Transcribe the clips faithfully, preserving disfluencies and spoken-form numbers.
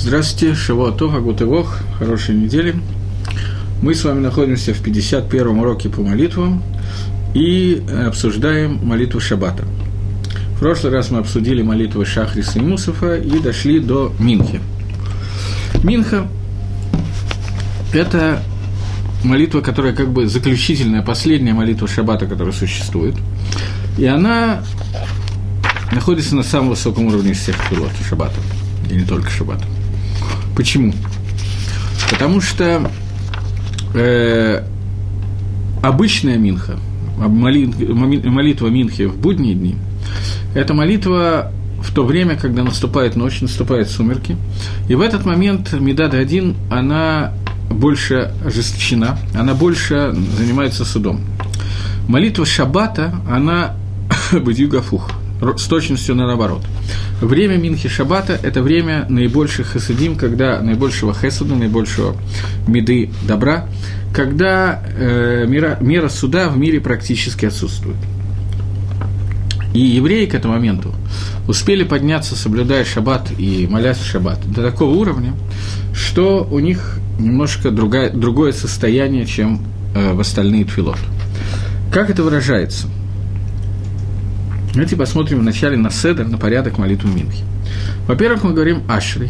Здравствуйте, Шавуа Това, Гутывох, хорошей недели. Мы с вами находимся в пятьдесят первом уроке по молитвам и обсуждаем молитву Шаббата. В прошлый раз мы обсудили молитвы Шахриса и Мусафа и дошли до Минхи. Минха – это молитва, которая как бы заключительная, последняя молитва Шаббата, которая существует. И она находится на самом высоком уровне из всех пилот Шаббата, и не только Шаббата. Почему? Потому что э, обычная минха, молитва минхи в будние дни, это молитва в то время, когда наступает ночь, наступают сумерки, и в этот момент Медад один, она больше ожесточена, она больше занимается судом. Молитва Шаббата, она бадюгафух, с точностью наоборот. Время Минхи Шаббата – это время наибольших хесадим, когда наибольшего хесада, наибольшего меды добра, когда э, мера, мера суда в мире практически отсутствует. И евреи к этому моменту успели подняться, соблюдая шаббат и молясь в шаббат, до такого уровня, что у них немножко другая, другое состояние, чем э, в остальные тфилот. Как это выражается? Давайте посмотрим вначале на седер, на порядок молитвы Минхи. Во-первых, мы говорим «Ашрей».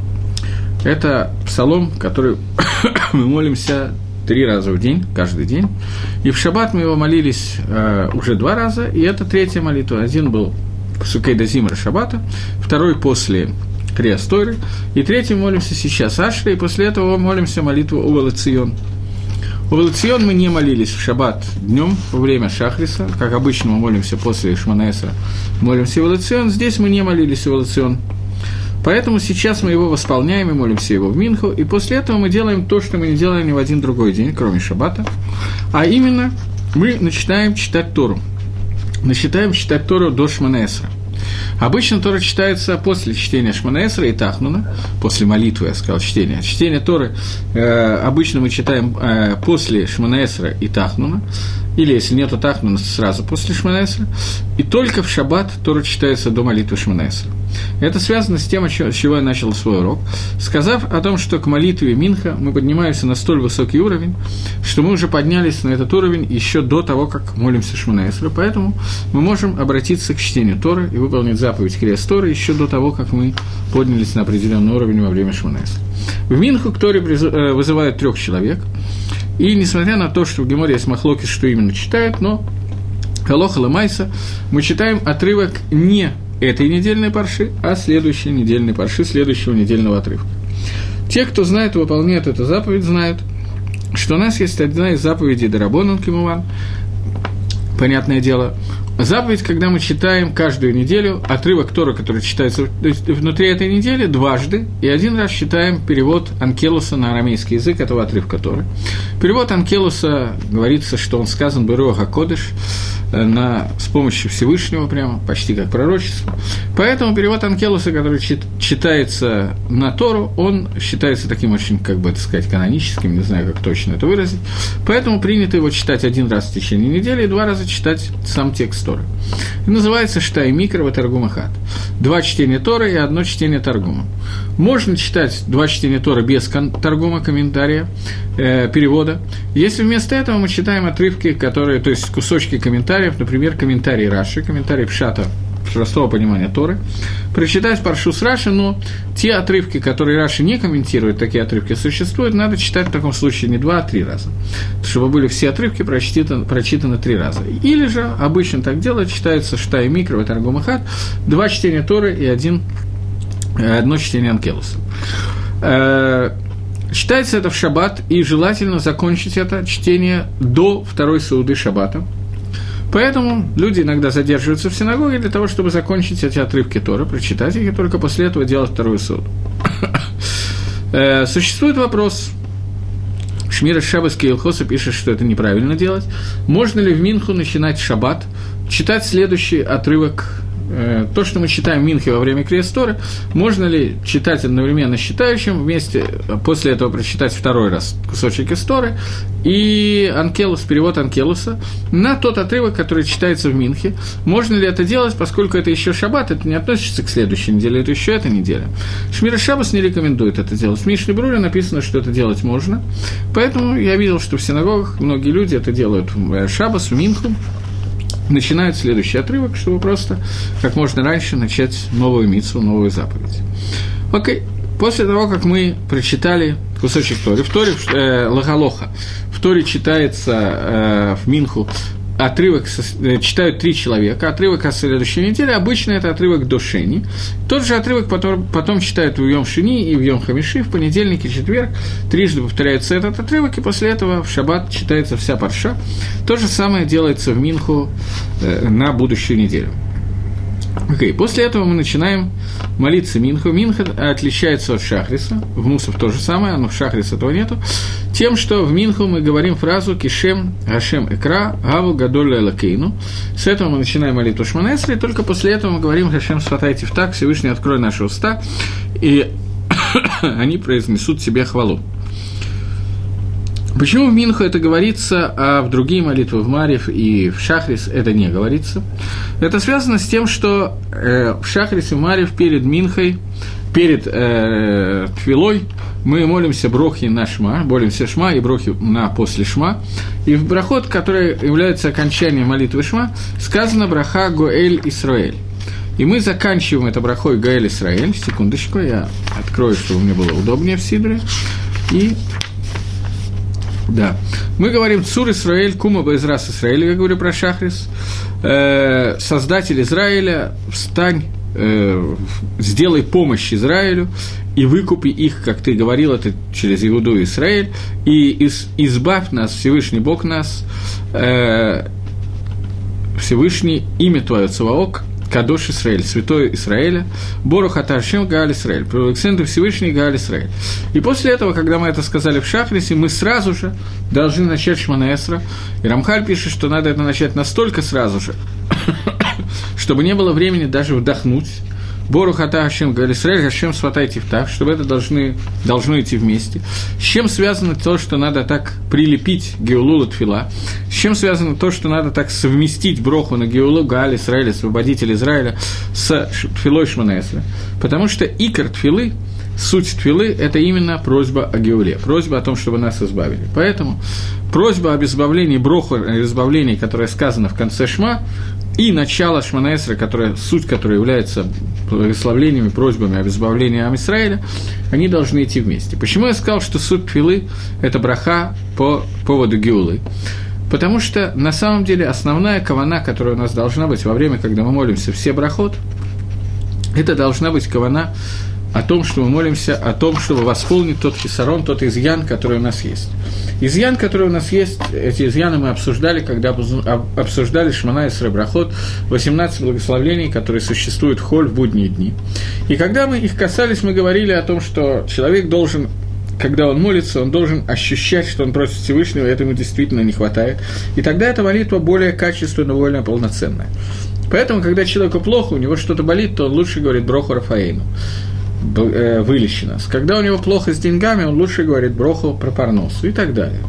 Это псалом, который мы молимся три раза в день, каждый день. И в шаббат мы его молились э, уже два раза, и это третья молитва. Один был Пасукей до Зимра шаббата, второй после Криас Тойры, и третий мы молимся сейчас Ашрей, и после этого молимся молитву Увеле Цион. Увеле Цион мы не молились в шаббат днем во время Шахриса, как обычно мы молимся после Шмона Эсра, молимся Увеле Цион, здесь мы не молились Увеле Цион. Поэтому сейчас мы его восполняем и молимся его в Минху, и после этого мы делаем то, что мы не делали ни в один другой день, кроме шаббата, а именно мы начинаем читать Тору. Начинаем читать Тору до Шмона Эсра. Обычно Тора читается после чтения Шмона Эсра и Тахнуна, после молитвы, я сказал, чтения. Чтение Торы э, обычно мы читаем э, после Шмона Эсра и Тахнуна, или если нету Тахнуна, сразу после Шмона Эсра, и только в шаббат Тора читается до молитвы Шмона Эсра. Это связано с тем, с чего я начал свой урок, сказав о том, что к молитве Минха мы поднимаемся на столь высокий уровень, что мы уже поднялись на этот уровень еще до того, как молимся Шмона Эсра, поэтому мы можем обратиться к чтению Торы и выполнить заповедь Криас Торы еще до того, как мы поднялись на определенный уровень во время Шмона Эсра. В Минху к Торе вызывают трех человек, и несмотря на то, что в Геморе есть махлокис, что именно читают, но Халоха Ламайса мы читаем отрывок не этой недельной парши, а следующей недельной парши, следующего недельного отрывка. Те, кто знает и выполняет эту заповедь, знают, что у нас есть одна из заповедей Дарабонан Кимуван, понятное дело, заповедь, когда мы читаем каждую неделю отрывок Торы, который читается внутри этой недели, дважды, и один раз читаем перевод Анкелуса на арамейский язык этого отрывка Торы. Перевод Анкелуса говорится, что он сказан Беруах ха-Кодеш, на, с помощью Всевышнего, прямо, почти как пророчество. Поэтому перевод Анкелуса, который чит, читается на Тору, он считается таким очень, как бы это сказать, каноническим, не знаю, как точно это выразить. Поэтому принято его читать один раз в течение недели и два раза читать сам текст Торы. И называется «Штай микро ва таргум ахат». Два чтения Торы и одно чтение Таргума. Можно читать два чтения Торы без кон- Таргума, комментария, э, перевода. Если вместо этого мы читаем отрывки, которые, то есть кусочки комментариев, например, комментарий Раши, комментарий Пшата, простого понимания Торы, прочитать паршу с Раши, но те отрывки, которые Раши не комментирует, такие отрывки существуют, надо читать в таком случае не два, а три раза, чтобы были все отрывки прочитаны, прочитаны три раза. Или же, обычно так делают, читается Штай микро ва таргум ахат, два чтения Торы и один, одно чтение Анкелуса. Читается это в шаббат, и желательно закончить это чтение до второй сауды шаббата. Поэтому люди иногда задерживаются в синагоге для того, чтобы закончить эти отрывки Торы, прочитать их, и только после этого делать вторую сауду. Существует вопрос. Шмира Шаббатский Илхоса пишет, что это неправильно делать. Можно ли в Минху начинать шаббат, читать следующий отрывок э, то, что мы читаем в Минхе во время Крият Торы, можно ли читать одновременно с читающим, вместе, после этого прочитать второй раз кусочек из Торы и Анкелус, перевод Анкелуса на тот отрывок, который читается в Минхе. Можно ли это делать, поскольку это еще шаббат, это не относится к следующей неделе, это еще эта неделя. Шмир Шаббас не рекомендует это делать. В Мишне Бруре написано, что это делать можно, поэтому я видел, что в синагогах многие люди это делают в Шаббас, в Минху, начинают следующий отрывок, чтобы просто как можно раньше начать новую мицву, новую заповедь. Окей. После того, как мы прочитали кусочек Торы, в Торе, э, Лагалоха, в Торе читается э, в Минху отрывок, э, читают три человека, отрывок о следующей неделе, обычно это отрывок до Шени. Тот же отрывок потом, потом читают в Йом Шени и в Йом Хамиши, в понедельник и четверг, трижды повторяется этот отрывок, и после этого в шаббат читается вся парша. То же самое делается в Минху э, на будущую неделю. Окей, okay. После этого мы начинаем молиться Минху. Минха отличается от Шахриса, в Мусов то же самое, но в Шахрисе этого нету, тем, что в Минху мы говорим фразу «Кишем Гашем Экра Гаву Гадоль Элокейну». С этого мы начинаем молитву Шмона Эсрей, и только после этого мы говорим «Гашем Сфатай Тифтах», Всевышний открой наши уста, и они произнесут себе хвалу. Почему в Минху это говорится, а в другие молитвы, в Марив и в Шахрис это не говорится? Это связано с тем, что э, в Шахрис и в Марив перед Минхой, перед э, Тфилой мы молимся брохи на Шма, молимся Шма и брохи на после Шма. И в брахот, который является окончанием молитвы Шма, сказано браха Гоэль Исраэль. И мы заканчиваем это брахой Гоэль Исраэль. Секундочку, я открою, чтобы мне было удобнее в Сидре. И... Да. Мы говорим «Цур Исраэль, кума баэзрас Исраэль», я говорю про Шахрис, э, «Создатель Израиля, встань, э, сделай помощь Израилю и выкупи их, как ты говорил, это через Иуду и Израиль, и из, избавь нас, Всевышний Бог нас, э, Всевышний, имя Твое Цаваок, Кадош Исраэль, Святой Израиля, Борух ата Ашем Гааль Исраэль, Пролексендр Всевышний Гааль Исраэль. И после этого, когда мы это сказали в Шахрисе, мы сразу же должны начать Шмона Эсра. И Рамхаль пишет, что надо это начать настолько сразу же, чтобы не было времени даже вдохнуть. Борух ата Ашем Гааль Исраэль, Ашем Сфатай Тифтах, чтобы это должны, должно идти вместе. С чем связано то, что надо так прилепить Геулу Тфила? С чем связано то, что надо так совместить броху на Геулу Гааль Исраэль, освободитель Израиля, с Тфилой Шмона Эсра? Потому что икор Тфилы, суть Тфилы – это именно просьба о Геуле, просьба о том, чтобы нас избавили. Поэтому просьба об избавлении, броху о избавлении, которая сказана в конце Шма, и начало Шмона Эсра, которая, суть которой является благословениями, просьбами об избавлении Ам Исраэля, они должны идти вместе. Почему я сказал, что суть Тфилы – это браха по поводу Геулы? Потому что, на самом деле, основная кавана, которая у нас должна быть во время, когда мы молимся все брахот, это должна быть кавана о том, что мы молимся, о том, чтобы восполнить тот хисарон, тот изъян, который у нас есть. Изъян, который у нас есть, эти изъяны мы обсуждали, когда обсуждали Шмона Эсра брахот, восемнадцать благословений, которые существуют в холь в будние дни. И когда мы их касались, мы говорили о том, что человек должен, когда он молится, он должен ощущать, что он просит Всевышнего, и этому действительно не хватает. И тогда эта молитва более качественная, более полноценная. Поэтому, когда человеку плохо, у него что-то болит, то он лучше говорит броху Рафаэйну, вылечи нас. Когда у него плохо с деньгами, он лучше говорит броху про парносу и так далее.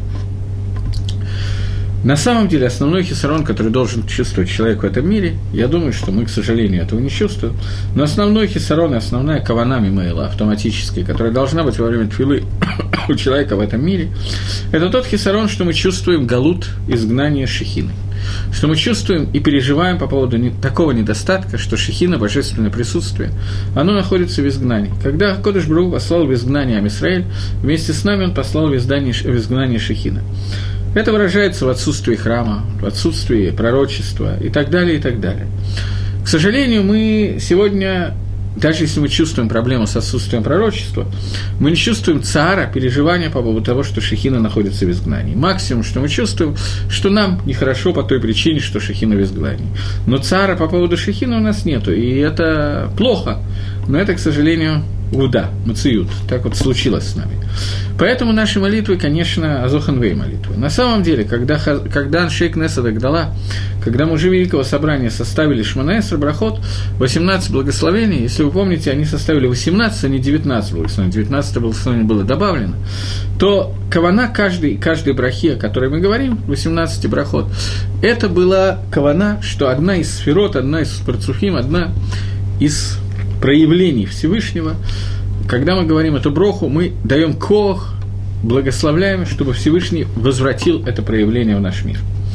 На самом деле, основной хисарон, который должен чувствовать человек в этом мире, я думаю, что мы, к сожалению, этого не чувствуем, но основной хисарон и основная кавана мимейла автоматическая, которая должна быть во время тфилы у человека в этом мире, это тот хисарон, что мы чувствуем галут, изгнание шехины. Что мы чувствуем и переживаем по поводу не, такого недостатка, что шехина, божественное присутствие, оно находится в изгнании. Когда Кодеш Барух послал в изгнание Ам Исраэль, вместе с нами он послал в изгнание, в изгнание шехина. Это выражается в отсутствии храма, в отсутствии пророчества и так далее, и так далее. К сожалению, мы сегодня, даже если мы чувствуем проблему с отсутствием пророчества, мы не чувствуем цара, переживания по поводу того, что шехина находится в изгнании. Максимум, что мы чувствуем, что нам нехорошо по той причине, что шехина в изгнании. Но цара по поводу шехина у нас нету, и это плохо. Но это, к сожалению, уда, мациют. Так вот случилось с нами. Поэтому наши молитвы, конечно, азоханвей молитвы. На самом деле, когда, когда Аншей Кнессет Агдала, когда мужи Великого Собрания составили Шмона Эсрей брахот, восемнадцать благословений, если вы помните, они составили восемнадцать, а не девятнадцать благословений, девятнадцатое благословение было добавлено, то кавана каждой, каждой брахи, о которой мы говорим, восемнадцать брахот, это была кавана, что одна из сферот, одна из парцуфим, одна из проявлений Всевышнего. Когда мы говорим эту броху, мы даем коах, благословляем, чтобы Всевышний возвратил это проявление в наш мир.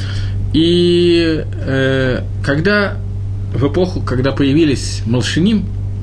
И э, когда в эпоху, когда появились малшиним,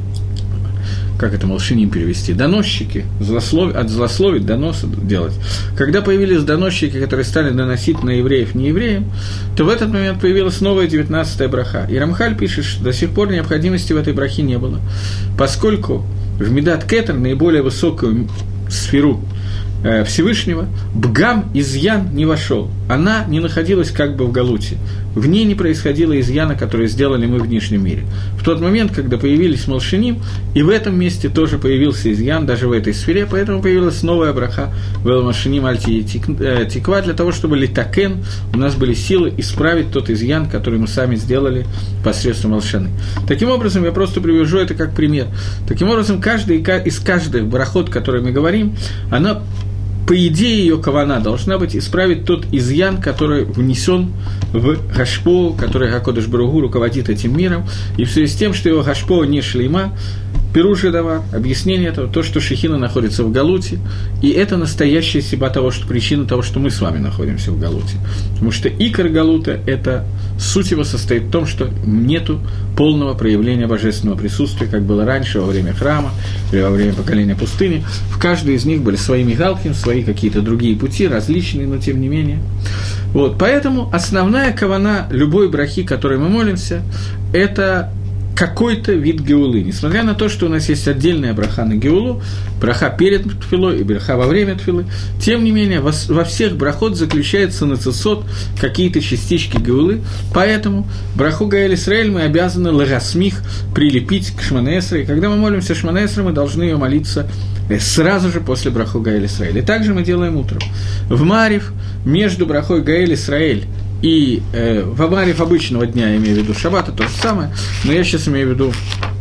как это малшиним перевести, доносчики, злослов... от злословить доносы делать, когда появились доносчики, которые стали доносить на евреев неевреям, то в этот момент появилась новая девятнадцатая браха. И Рамхаль пишет, что до сих пор необходимости в этой брахе не было, поскольку в Медат Кетер, наиболее высокую сферу э, Всевышнего, Бгам, изъян, не вошел. Она не находилась как бы в галуте. В ней не происходило изъяна, который сделали мы в внешнем мире. В тот момент, когда появились малшиним, и в этом месте тоже появился изъян, даже в этой сфере, поэтому появилась новая браха «Велмашиним альти тиква», для того, чтобы литакен, у нас были силы исправить тот изъян, который мы сами сделали посредством малшаны. Таким образом, я просто привяжу это как пример. Таким образом, каждый из каждых брахот, которые мы говорим, она, по идее, ее кавана должна быть исправить тот изъян, который внесен в Гашпо, который Гакодыш Баругу руководит этим миром, и в связи с тем, что его Гашпо не шлейма, Пируш Давар, объяснение этого, то, что Шехина находится в Галуте, и это настоящая сиба того, что причина того, что мы с вами находимся в Галуте. Потому что икор Галута, это суть его состоит в том, что нету полного проявления божественного присутствия, как было раньше, во время храма, или во время поколения пустыни. В каждой из них были свои мигалким, свои какие-то другие пути, различные, но тем не менее. Вот, поэтому основная кавана любой брахи, которой мы молимся, это какой-то вид геулы. Несмотря на то, что у нас есть отдельная браха на геулу, браха перед тфилой и браха во время тфилы, тем не менее, во, во всех брахот заключается нацисот, какие-то частички геулы, поэтому браху Гаэль Исраэль мы обязаны лагасмих прилепить к Шмоне Эсрей. Когда мы молимся Шмоне Эсрей, мы должны ее молиться сразу же после браху Гаэль Исраэль. И также мы делаем утром. В Марив между брахой Гаэль Исраэль и э, в Марив обычного дня, я имею в виду шаббата, то же самое, но я сейчас имею в виду,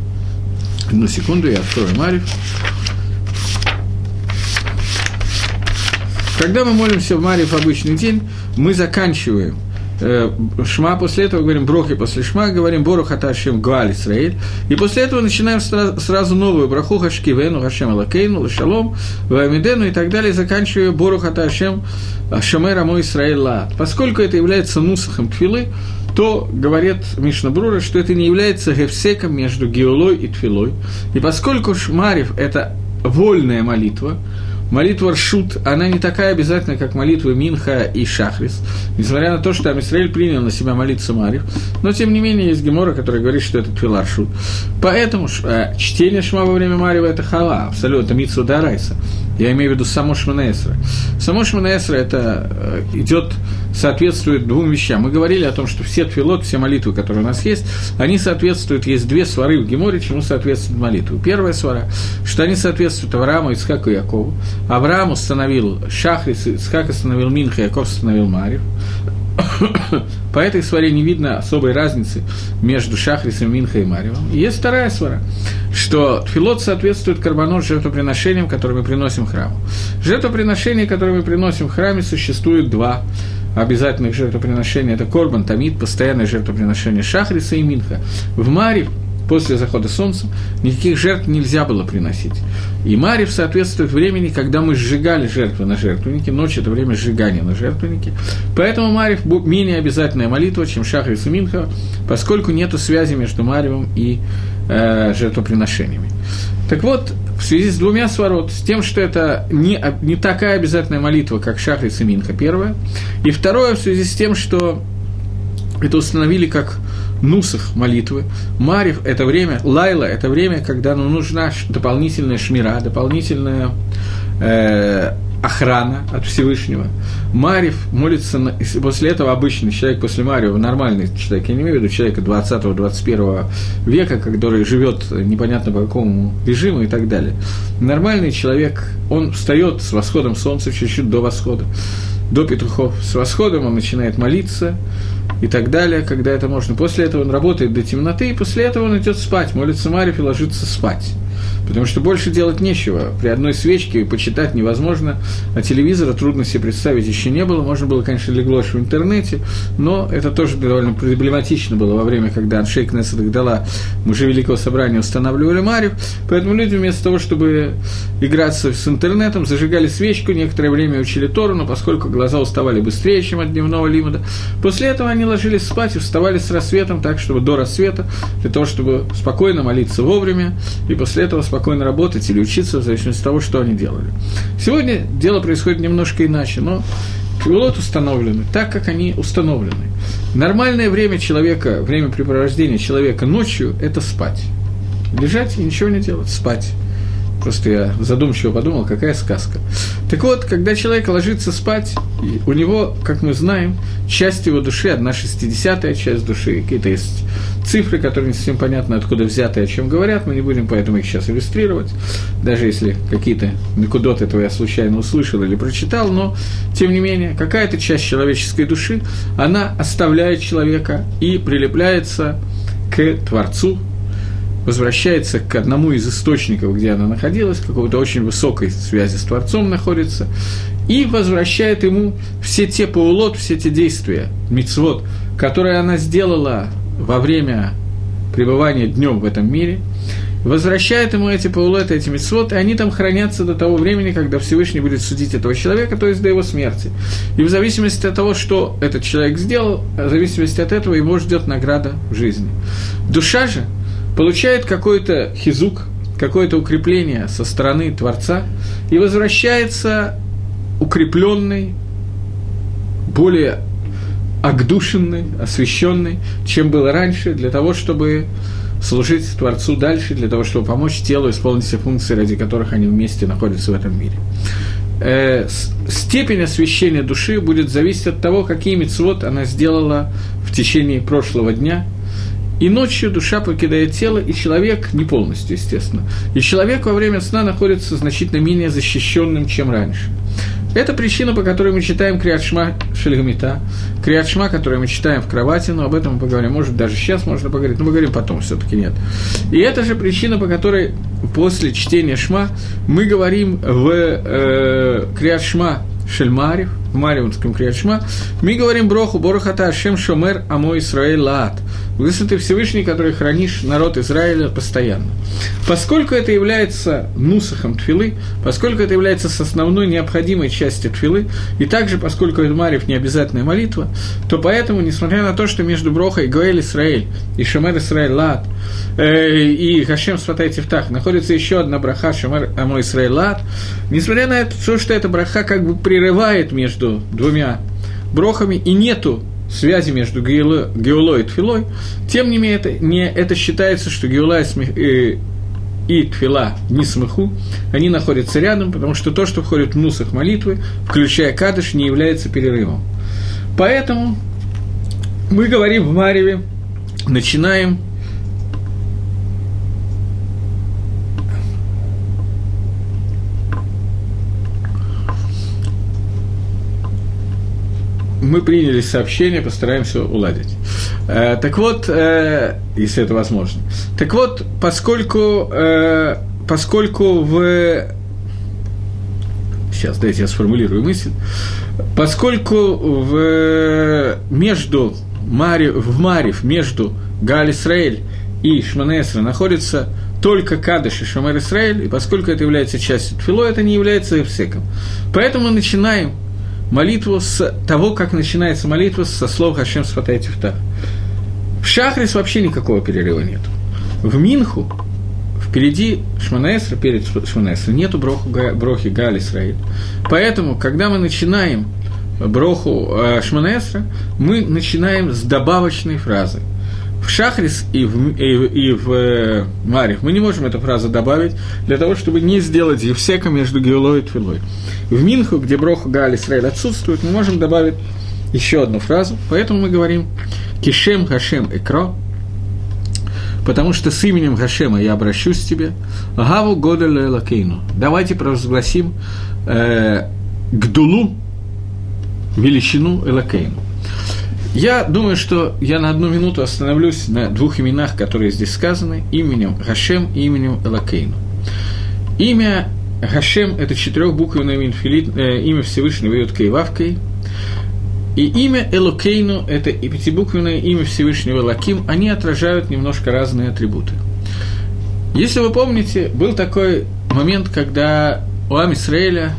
одну секунду, я открою Марив. Когда мы молимся в Марив обычный день, мы заканчиваем э, Шма, после этого говорим брохи, после Шма говорим Борух ата Ашем Гааль Исраэль, и после этого начинаем сразу, сразу новую браху Хашкивену, Хашем Алакейну, Лашалом, Ваамидену и так далее, заканчивая Борух ата Ашем Шамер Амо Исраэль Лаат. Поскольку это является нусахом тфилы, то говорит Мишна Брура, что это не является гефсеком между геулой и тфилой. И поскольку Марив – это вольная молитва, молитва Ршут, она не такая обязательная, как молитвы Минха и Шахрис, несмотря на то, что Ам-Исраэль принял на себя молиться Марив, но тем не менее есть гемора, который говорит, что это тфила Ршут. Поэтому э, чтение Шма во время Марива – это хала, абсолютно, это митцва д'орайса. Я имею в виду само Шмона Эсрей. Само Шмона Эсрей это э, идет, соответствует двум вещам. Мы говорили о том, что все тфилот, все молитвы, которые у нас есть, они соответствуют, есть две свары в Геморе, чему соответствуют молитвы. Первая свара, что они соответствуют Аврааму, Ицхаку и Якову. Авраам установил Шахрис, Ицхак установил Минха, Яков установил Марив. По этой сваре не видно особой разницы между Шахрисом, Минхой и Маривом. И есть вторая свара, что тфилот соответствует карбонот жертвоприношениям, которые мы приносим в храму. Жертвоприношения, которые мы приносим в храме, существует два обязательных жертвоприношения. Это корбан, тамид, постоянное жертвоприношение Шахриса и Минха. В Марив, после захода солнца, никаких жертв нельзя было приносить. И Марив соответствует времени, когда мы сжигали жертвы на жертвеннике. Ночь – это время сжигания на жертвеннике. Поэтому Марив менее обязательная молитва, чем Шахрис и Минха, поскольку нет связи между Маривом и э, жертвоприношениями. Так вот, в связи с двумя сварот, с тем, что это не, не такая обязательная молитва, как Шахрис и Минха, первое, и второе, в связи с тем, что это установили как нусах молитвы. Марив – это время, лайла – это время, когда нам нужна дополнительная шмира, дополнительная, э, охрана от Всевышнего. Марев молится, на, после этого обычный человек после Марева, нормальный человек, я не имею в виду человека двадцатого-двадцать первого века, который живет непонятно по какому режиму и так далее. Нормальный человек, он встает с восходом солнца чуть-чуть до восхода, до петухов. С восходом он начинает молиться и так далее, когда это можно. После этого он работает до темноты, и после этого он идет спать, молится Марев и ложится спать. Потому что больше делать нечего. При одной свечке почитать невозможно, а телевизора трудно себе представить еще не было. Можно было, конечно, леглось в интернете, но это тоже довольно проблематично было во время, когда Аншей Кнессет Агдала, мужи Великого Собрания, устанавливали Марев. Поэтому люди вместо того, чтобы играться с интернетом, зажигали свечку, некоторое время учили Тору, но поскольку глаза уставали быстрее, чем от дневного лимуда, после этого они ложились спать и вставали с рассветом так, чтобы до рассвета, для того, чтобы спокойно молиться вовремя, и после этого спокойно работать или учиться, в зависимости от того, что они делали. Сегодня дело происходит немножко иначе, но квилот установлены так, как они установлены. Нормальное время человека, времяпрепровождения человека ночью – это спать. Лежать и ничего не делать, спать. Просто я задумчиво подумал, какая сказка. Так вот, когда человек ложится спать, у него, как мы знаем, часть его души, одна шестидесятая часть души, какие-то есть цифры, которые не совсем понятно, откуда взяты, о чем говорят, мы не будем поэтому их сейчас иллюстрировать, даже если какие-то накудоты этого я случайно услышал или прочитал, но, тем не менее, какая-то часть человеческой души, она оставляет человека и прилепляется к Творцу, возвращается к одному из источников, где она находилась, какой-то очень высокой связи с Творцом находится, и возвращает ему все те паулот, все те действия, мицвот, которые она сделала во время пребывания днем в этом мире, возвращает ему эти паулоты, эти мицвот, и они там хранятся до того времени, когда Всевышний будет судить этого человека, то есть до его смерти. И в зависимости от того, что этот человек сделал, в зависимости от этого его ждет награда в жизни. Душа же получает какой-то хизук, какое-то укрепление со стороны Творца и возвращается укрепленный, более агдушенный, освященный, чем было раньше, для того, чтобы служить Творцу дальше, для того, чтобы помочь телу исполнить все функции, ради которых они вместе находятся в этом мире. Э, степень освящения души будет зависеть от того, какие мицвот она сделала в течение прошлого дня. И ночью душа покидает тело, и человек, не полностью, естественно, и человек во время сна находится значительно менее защищенным, чем раньше. Это причина, по которой мы читаем Криат Шма Шельгамита, Криат Шма, который мы читаем в кровати, но об этом мы поговорим, может, даже сейчас можно поговорить, но поговорим потом, все-таки нет. И это же причина, по которой после чтения Шма мы говорим в э, Криат Шма Шельмарев, в Мариевском Криат Шма, мы говорим броху Борохата Ашем Шомер Амо Исраэль Лаат. Если ты Всевышний, который хранишь народ Израиля постоянно. Поскольку это является нусахом тфилы, поскольку это является основной необходимой частью тфилы, и также, поскольку это Марев не обязательная молитва, то поэтому, несмотря на то, что между брохой Гоэль Исраэль и Шомер Исраэль Лаат э, и Хашем Сватай Тифтах находится еще одна браха Шомер Амо Исраэль Лаат, несмотря на это, то, что эта браха как бы прерывает между двумя брохами и нету связи между геулой и тфилой, тем не менее, это, не, это считается, что геула и, смех, и, и тфила не смеху, они находятся рядом, потому что то, что входит в нусах молитвы, включая кадыш, не является перерывом. Поэтому мы говорим в Мареве, начинаем мы приняли сообщение, постараемся уладить. Э, так вот, э, если это возможно. Так вот, поскольку, э, поскольку в... Сейчас, дайте я сформулирую мысль. Поскольку в... между Мари... в Марев, между Гааль Исраэль и Шмоней Эсрей находится только Кадыш и Шомер Исраэль, и поскольку это является частью тфило, это не является эфсеком. Поэтому мы начинаем молитву с того, как начинается молитва со слов «Хашем Сватай Тифтах». В Шахрис вообще никакого перерыва нет. В Минху впереди Шмоней Эсрей, перед Шмоней Эсрей, нету броху, брохи Гааль Исраэль. Поэтому, когда мы начинаем броху э, Шмоней Эсрей, мы начинаем с добавочной фразы. В Шахрис и в, и, и в э, Марив мы не можем эту фразу добавить для того, чтобы не сделать евсека между Геулой и Твилой. В Минху, где Броха Гааль Исраэль отсутствует, мы можем добавить еще одну фразу, поэтому мы говорим «Кишем Хашем Экро», потому что с именем Хашема я обращусь к тебе, «Гаву Годель Элокейну». Давайте провозгласим э, Гдулу, величину Элокейну. Я думаю, что я на одну минуту остановлюсь на двух именах, которые здесь сказаны, именем Хашем и именем Элокейну. Имя Хашем – это четырехбуквенное имя Всевышнего Йод-Кей Вав-Кей, и имя Элокейну – это и пятибуквенное имя Всевышнего Элоким, они отражают немножко разные атрибуты. Если вы помните, был такой момент, когда у Ам Исраэля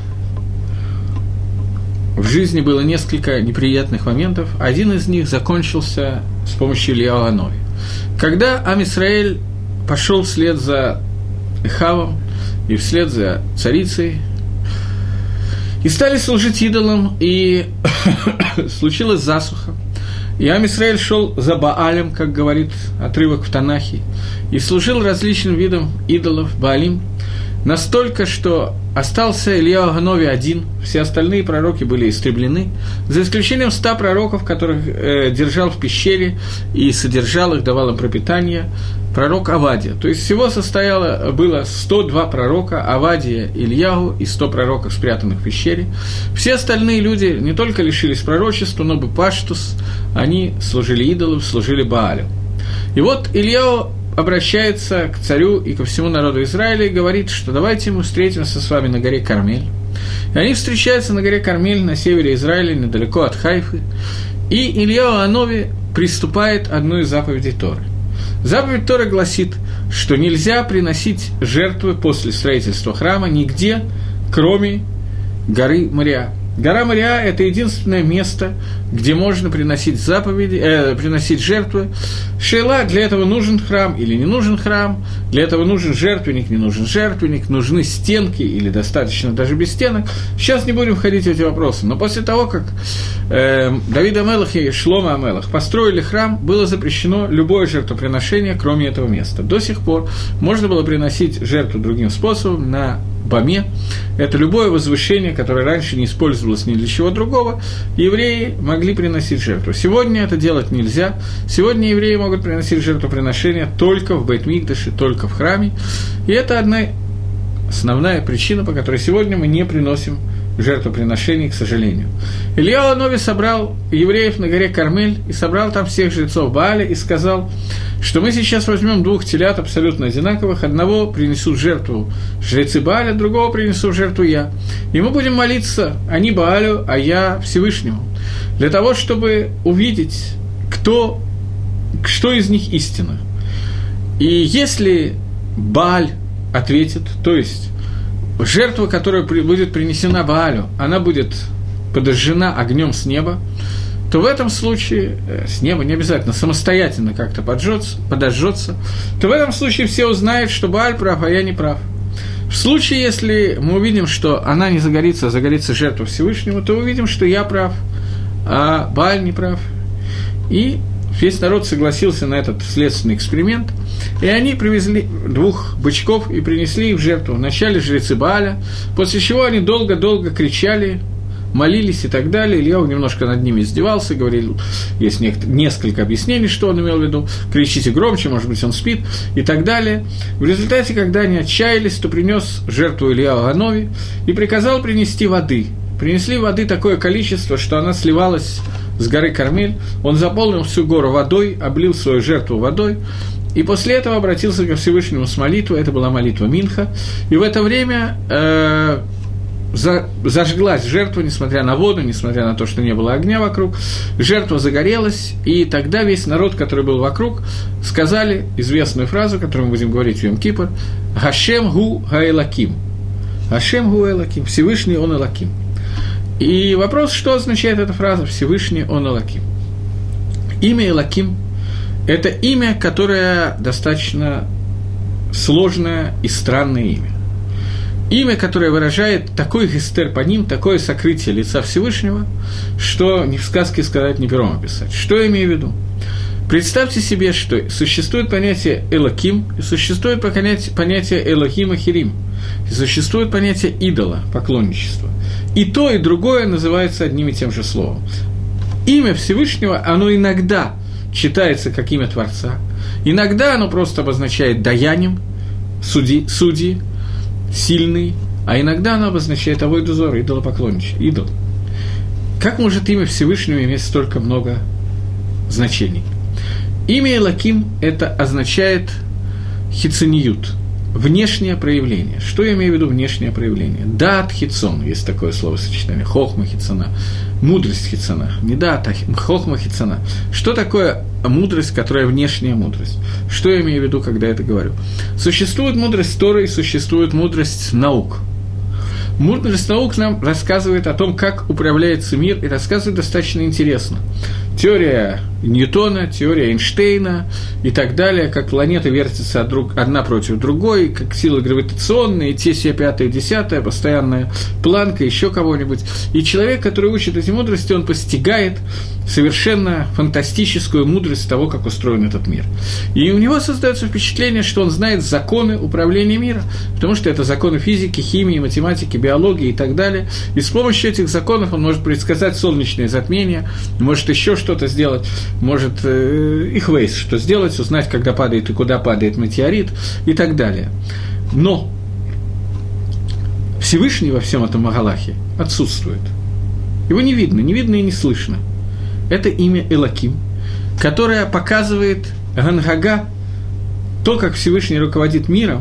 в жизни было несколько неприятных моментов. Один из них закончился с помощью Ильяу Ганови. Когда Ам Исраэль пошел вслед за Эхавом и вслед за царицей, и стали служить идолам, и случилась засуха. И Ам Исраэль шел за Баалем, как говорит отрывок в Танахе, и служил различным видам идолов, Баалим, настолько, что остался Ильяу Ганови один, все остальные пророки были истреблены, за исключением ста пророков, которых э, держал в пещере и содержал их, давал им пропитание, пророк Авадия. То есть всего состояло, было сто два пророка, Авадия, Ильяу и сто пророков, спрятанных в пещере. Все остальные люди не только лишились пророчества, но бы паштус, они служили идолам, служили Баалю. И вот Ильяу обращается к царю и ко всему народу Израиля и говорит, что давайте мы встретимся с вами на горе Кармель. И они встречаются на горе Кармель на севере Израиля, недалеко от Хайфы, и Ильяу Ганови приступает одну из заповедей Торы. Заповедь Торы гласит, что нельзя приносить жертвы после строительства храма нигде, кроме горы Мориа. Гора Мориа – это единственное место, где можно приносить заповеди, э, приносить жертвы. Шейла, для этого нужен храм или не нужен храм, для этого нужен жертвенник, не нужен жертвенник, нужны стенки или достаточно даже без стенок. Сейчас не будем входить в эти вопросы, но после того, как э, Давид а-Мелех и Шломо а-Мелех построили храм, было запрещено любое жертвоприношение, кроме этого места. До сих пор можно было приносить жертву другим способом, на Баме. Это любое возвышение, которое раньше не использовалось ни для чего другого, евреи могли приносить жертву. Сегодня это делать нельзя. Сегодня евреи могут приносить жертвоприношения только в Бейт-Микдаше, только в храме. И это одна основная причина, по которой сегодня мы не приносим жертвоприношений, к сожалению. Ильяу Ганови собрал евреев на горе Кармель и собрал там всех жрецов Бааля и сказал, что мы сейчас возьмем двух телят абсолютно одинаковых, одного принесут жертву жрецы Бааля, другого принесу в жертву я. И мы будем молиться, они Баалю, а я Всевышнему, для того, чтобы увидеть, кто, что из них истина. И если Бааль ответит, то есть жертва, которая будет принесена Баалю, она будет подожжена огнем с неба, то в этом случае, э, с неба не обязательно, самостоятельно как-то поджжется, подожжется, то в этом случае все узнают, что Бааль прав, а я не прав. В случае, если мы увидим, что она не загорится, а загорится жертва Всевышнему, то увидим, что я прав, а Бааль не прав. И весь народ согласился на этот следственный эксперимент, и они привезли двух бычков и принесли их в жертву. Вначале жрецы Бааля, после чего они долго-долго кричали, молились и так далее. Ильяу немножко над ними издевался, говорил, есть несколько объяснений, что он имел в виду, кричите громче, может быть, он спит, и так далее. В результате, когда они отчаялись, то принес жертву Ильяу Ганови и приказал принести воды. Принесли воды такое количество, что она сливалась с горы Кармель, он заполнил всю гору водой, облил свою жертву водой, и после этого обратился ко Всевышнему с молитвой, это была молитва Минха, и в это время э, за, зажглась жертва, несмотря на воду, несмотря на то, что не было огня вокруг, жертва загорелась, и тогда весь народ, который был вокруг, сказали известную фразу, которую мы будем говорить в Йом-Кипур: «Хашем гу гаэлаким». «Хашем гу гаэлаким», Всевышний он Элаким. И вопрос, что означает эта фраза «Всевышний он Элаким». Имя Элаким – это имя, которое достаточно сложное и странное имя. Имя, которое выражает такой гестер по ним, такое сокрытие лица Всевышнего, что ни в сказке сказать, ни пером описать. Что я имею в виду? Представьте себе, что существует понятие «элоким», и существует понятие «элохим ахирим», и существует понятие «идола», поклонничества. И то, и другое называется одним и тем же словом. Имя Всевышнего, оно иногда читается как имя Творца, иногда оно просто обозначает даяним, суди, судьи, сильный, а иногда оно обозначает авойду-зор, идолопоклонничество, идол. Как может имя Всевышнего иметь столько много значений? Имя Элоким – это означает хицониют, внешнее проявление. Что я имею в виду внешнее проявление? Даат хицон, есть такое словосочетание, хохма хицона, мудрость хицона, не даат, а хохма хицона. Что такое мудрость, которая внешняя мудрость? Что я имею в виду, когда это говорю? Существует мудрость Торы и существует мудрость наук. Мудрость наук нам рассказывает о том, как управляется мир, и рассказывает достаточно интересно. Теория Ньютона, теория Эйнштейна и так далее, как планеты вертятся друг, одна против другой, как силы гравитационные, те, все, пятое, десятое, постоянная планка, еще кого-нибудь. И человек, который учит эти мудрости, он постигает совершенно фантастическую мудрость того, как устроен этот мир. И у него создается впечатление, что он знает законы управления мира, потому что это законы физики, химии, математики, биологии и так далее. И с помощью этих законов он может предсказать солнечные затмения, может еще что-то сделать, может э, их вейс, что сделать, узнать, когда падает и куда падает метеорит и так далее. Но Всевышний во всем этом Магалахе отсутствует. Его не видно, не видно и не слышно. Это имя Элоким, которое показывает Гангага, то, как Всевышний руководит миром,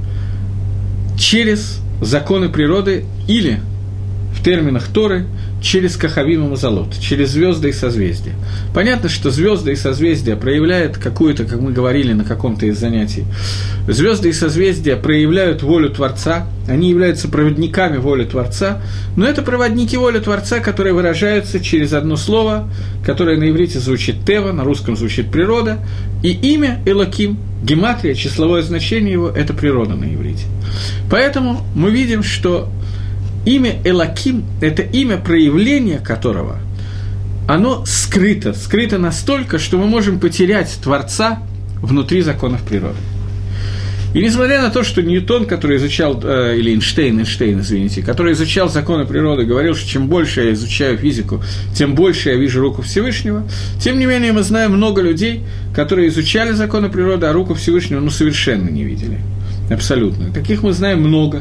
через законы природы или, в терминах Торы, через Кахавим и Мазалот, через звезды и созвездия. Понятно, что звезды и созвездия проявляют какую-то, как мы говорили на каком-то из занятий, звезды и созвездия проявляют волю Творца, они являются проводниками воли Творца, но это проводники воли Творца, которые выражаются через одно слово, которое на иврите звучит «тева», на русском звучит «природа», и имя Элоким, гематрия, числовое значение его – это природа на иврите. Поэтому мы видим, что имя Элоким – это имя, проявление которого, оно скрыто, скрыто настолько, что мы можем потерять Творца внутри законов природы. И несмотря на то, что Ньютон, который изучал, э, или Эйнштейн, Эйнштейн, извините, который изучал законы природы, говорил, что чем больше я изучаю физику, тем больше я вижу руку Всевышнего, тем не менее мы знаем много людей, которые изучали законы природы, а руку Всевышнего ну, совершенно не видели. Абсолютно. Таких мы знаем много.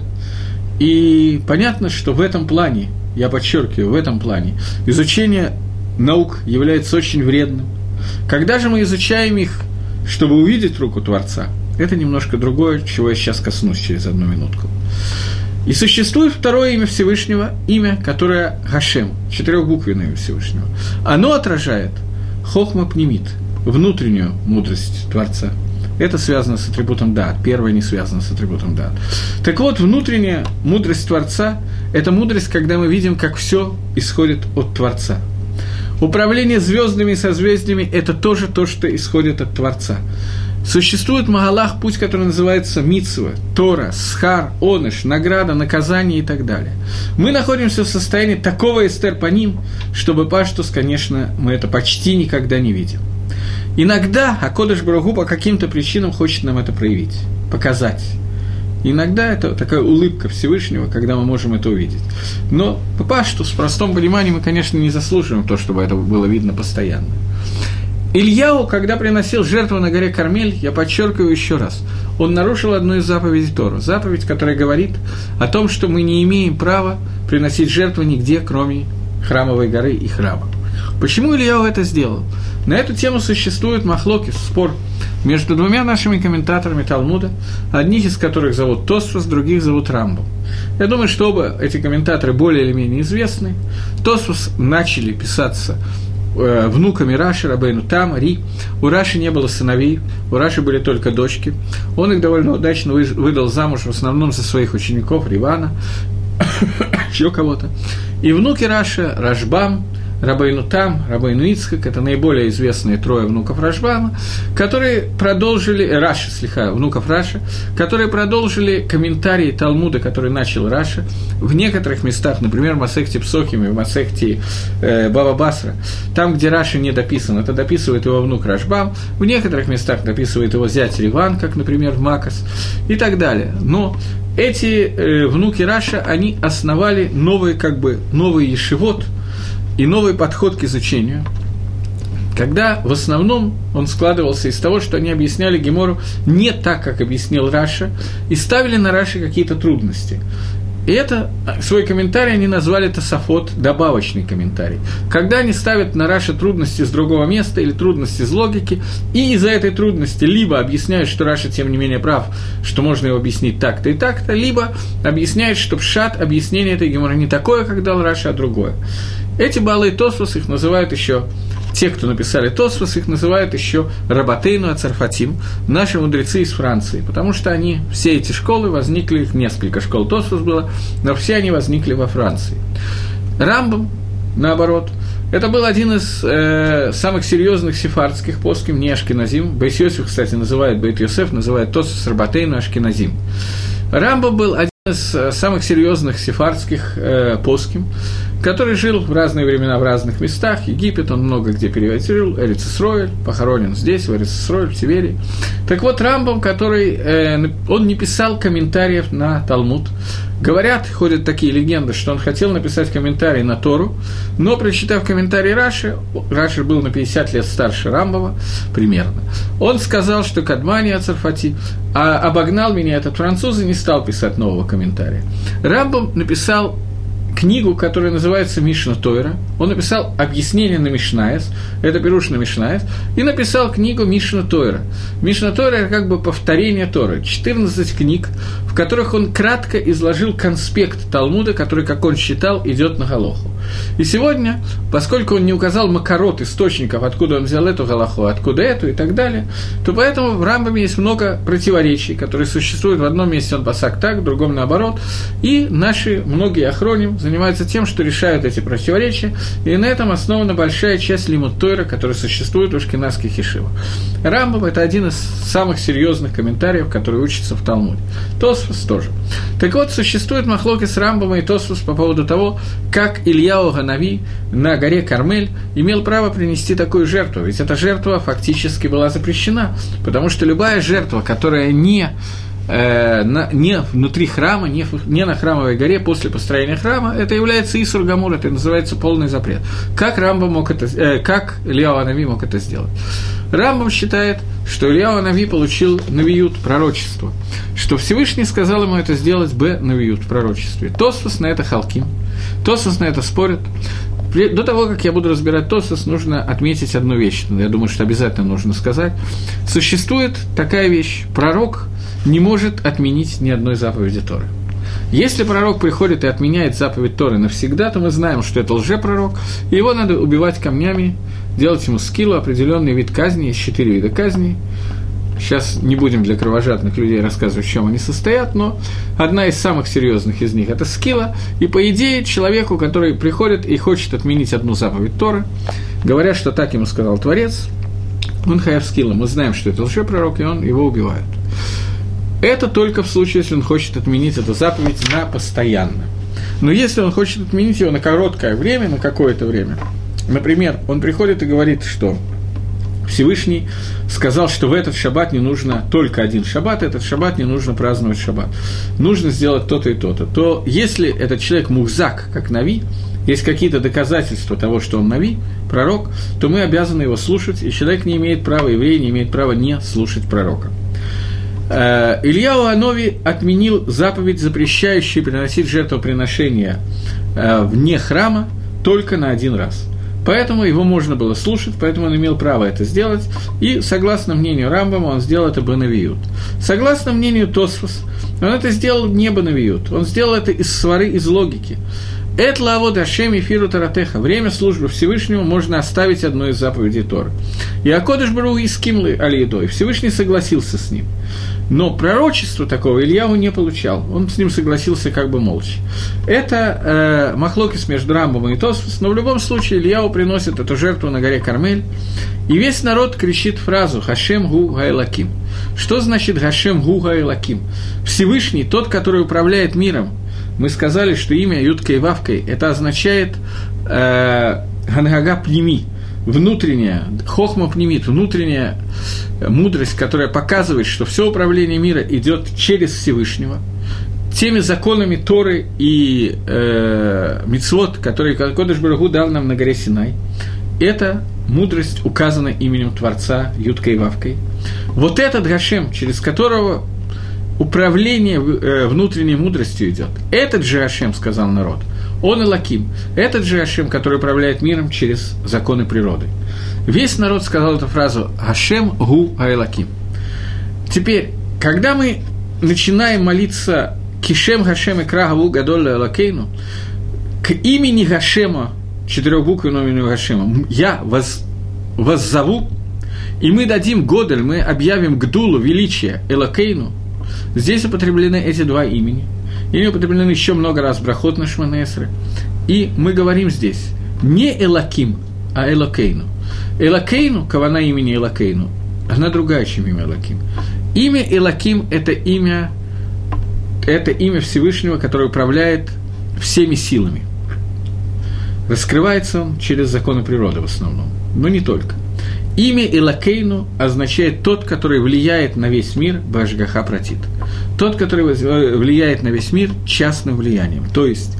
И понятно, что в этом плане, я подчеркиваю, в этом плане, изучение наук является очень вредным. Когда же мы изучаем их, чтобы увидеть руку Творца, это немножко другое, чего я сейчас коснусь через одну минутку. И существует второе имя Всевышнего, имя, которое Гашем, четырехбуквенное имя Всевышнего. Оно отражает хохма пнемит, внутреннюю мудрость Творца. Это связано с атрибутом дат, первое не связано с атрибутом дат. Так вот, внутренняя мудрость Творца – это мудрость, когда мы видим, как все исходит от Творца. Управление звездами и созвездиями – это тоже то, что исходит от Творца. Существует Магалах, путь, который называется мицва, Тора, схар, оныш, награда, наказание и так далее. Мы находимся в состоянии такого эстер по ним, чтобы паштус, конечно, мы это почти никогда не видим. Иногда Акодыш Барух Ху по каким-то причинам хочет нам это проявить, показать. Иногда это такая улыбка Всевышнего, когда мы можем это увидеть. Но по паштус, в простом понимании, мы, конечно, не заслуживаем то, чтобы это было видно постоянно. Ильяу, когда приносил жертву на горе Кармель, я подчеркиваю еще раз, он нарушил одну из заповедей Торы, заповедь, которая говорит о том, что мы не имеем права приносить жертву нигде, кроме храмовой горы и храма. Почему Ильяу это сделал? На эту тему существует махлокис, спор между двумя нашими комментаторами Талмуда, одних из которых зовут Тосфос, других зовут Рамбам. Я думаю, что оба эти комментаторы более или менее известны. Тосфос начали писаться э, внуками Раши, Рабейну Там, Ри. У Раши не было сыновей, у Раши были только дочки. Он их довольно удачно выдал замуж в основном за своих учеников, Ривана, еще кого-то. И внуки Раши, Рашбам, Рабейну Там, Рабейну Ицхак, это наиболее известные трое внуков Рашбама, которые продолжили, Раши, слегка, внуков Раши, которые продолжили комментарии Талмуда, который начал Раши, в некоторых местах, например, в Масехте Псохим и в Масехте э, Бава Басра, там, где Раши не дописан, это дописывает его внук Рашбам, в некоторых местах дописывает его зять Риван, как, например, в Макас, и так далее. Но эти э, внуки Раша, они основали новый, как бы, новый ешивот и новый подход к изучению, когда в основном он складывался из того, что они объясняли Гемору не так, как объяснил Раша, и ставили на Раши какие-то трудности. И это, свой комментарий они назвали Тосафот, добавочный комментарий. Когда они ставят на Раши трудности с другого места или трудности из логики, и из-за этой трудности либо объясняют, что Раша, тем не менее, прав, что можно его объяснить так-то и так-то, либо объясняют, что пшат, объяснение этой геморы не такое, как дал Раша, а другое. Эти Баалей Тосфос их называют еще... Те, кто написали Тосфос, их называют еще Рабатейну Ацарфатим, наши мудрецы из Франции, потому что они, все эти школы возникли, их несколько школ Тосфос было, но все они возникли во Франции. Рамбам, наоборот, это был один из э, самых серьезных сефардских поским, не Ашкеназим. Бейт Йосеф, кстати, называют Бейт Йосеф, называют Тосфос Рабатейну Ашкеназим. Рамбам был один из самых серьезных сефардских э, поским, который жил в разные времена в разных местах. Египет, он много где переводил, Эрец Исроэль, похоронен здесь, в Эрец Исроэль, в Тиверии. Так вот, Рамбам, который, э, он не писал комментариев на Талмуд. Говорят, ходят такие легенды, что он хотел написать комментарий на Тору, но, прочитав комментарий Раши, Раши был на пятьдесят лет старше Рамбова, примерно, он сказал, что Кадмани Ацарфати, а обогнал меня этот француз и не стал писать нового комментария. Рамбам написал книгу, которая называется Мишна Тойра. Он написал объяснение на Мишнаес, это пируш на Мишнаес, и написал книгу Мишна Тойра. Мишна Тойра – это как бы повторение Торы. четырнадцать книг, в которых он кратко изложил конспект Талмуда, который, как он считал, идет на галоху. И сегодня, поскольку он не указал макарот, источников, откуда он взял эту галаху, откуда эту и так далее, то поэтому в Рамбаме есть много противоречий, которые существуют. В одном месте он пасак так, в другом наоборот. И наши многие ахроним занимаются тем, что решают эти противоречия, и на этом основана большая часть лимуд Тойра, которая существует у ашкеназских ешивах. Рамбам – это один из самых серьезных комментариев, который учится в Талмуде. Тосфос тоже. Так вот, существует махлокис с Рамбама и Тосфос по поводу того, как Ильяу Ганави на горе Кармель имел право принести такую жертву, ведь эта жертва фактически была запрещена, потому что любая жертва, которая не Э, на, не внутри храма, не, не на храмовой горе после построения храма, это является Исур Гамур, это называется полный запрет. Как Рамбам мог это, э, как Ильяу Анави мог это сделать? Рамбам считает, что Ильяу Анави получил навиют, пророчество, что Всевышний сказал ему это сделать б навиют, пророчестве. Тосфос на это халким, Тосфос на это спорит. До того, как я буду разбирать Тосфос, нужно отметить одну вещь, я думаю, что обязательно нужно сказать. Существует такая вещь, пророк не может отменить ни одной заповеди Торы. Если пророк приходит и отменяет заповедь Торы навсегда, то мы знаем, что это лжепророк, и его надо убивать камнями, делать ему скиллу, определенный вид казни, есть четыре вида казни. Сейчас не будем для кровожадных людей рассказывать, в чем они состоят, но одна из самых серьезных из них – это скилла, и, по идее, человеку, который приходит и хочет отменить одну заповедь Торы, говорят, что так ему сказал Творец, он хаяв скилла, мы знаем, что это лжепророк, и он его убивает. Это только в случае, если он хочет отменить эту заповедь на постоянно. Но если он хочет отменить его на короткое время, на какое-то время, например, он приходит и говорит, что Всевышний сказал, что в этот шаббат не нужно только один шаббат, этот шаббат не нужно праздновать шаббат, нужно сделать то-то и то-то, то если этот человек мухзак, как нави, есть какие-то доказательства того, что он нави, пророк, то мы обязаны его слушать, и человек не имеет права, еврей не имеет права не слушать пророка. Ильяу Анови отменил заповедь, запрещающую приносить жертвоприношения вне храма только на один раз. Поэтому его можно было слушать, поэтому он имел право это сделать, и, согласно мнению Рамбама, он сделал это бенавиют. Согласно мнению Тосфос, он это сделал не бенавиют, он сделал это из свары, из логики. «Эт лаавод Ашем и фиру таратеха» – время службы Всевышнему можно оставить одной из заповедей Торы. «И акодыш барух иским аль-едой» – Всевышний согласился с ним. Но пророчество такого Ильяу не получал, он с ним согласился как бы молча. Это э, махлокис между Рамбом и Тосфос, но в любом случае Ильяу приносит эту жертву на горе Кармель, и весь народ кричит фразу «Хашем гу гаэлаким». Что значит «Хашем гу гаэлаким»? Всевышний, тот, который управляет миром. Мы сказали, что имя Юткой и Вавкой – это означает э, «Гангага пними», внутренняя, хохма пнемит, внутренняя мудрость, которая показывает, что все управление мира идет через Всевышнего, теми законами Торы и э, мицвот, которые Кодеш Барух Ху дал нам на горе Синай. Это мудрость указана именем Творца Юткой и Вавкой. Вот этот Гашем, через которого управление э, внутренней мудростью идет. Этот же Гашем, сказал народ, он Элоким. Этот же Гашем, который управляет миром через законы природы. Весь народ сказал эту фразу «Гашем гу аэлоким». Теперь, когда мы начинаем молиться «Кишем Гашем икра гаву гадоль элокейну», к имени Гашема, четырехбуквенному имени Гашема, я воз, воззову, и мы дадим Годель, мы объявим Гдулу, величие, Элокейну. Здесь употреблены эти два имени. Ими употреблены еще много раз брахот на Шмона Эсрей. И мы говорим здесь не Элоким, а Элокейну. Элокейну, кавана имени Элокейну, она другая, чем имя Элоким. Имя Элоким – это имя, это имя Всевышнего, которое управляет всеми силами. Раскрывается он через законы природы в основном, но не только. Имя Элокейну означает тот, который влияет на весь мир, Башгаха Пратит. Тот, который влияет на весь мир частным влиянием. То есть,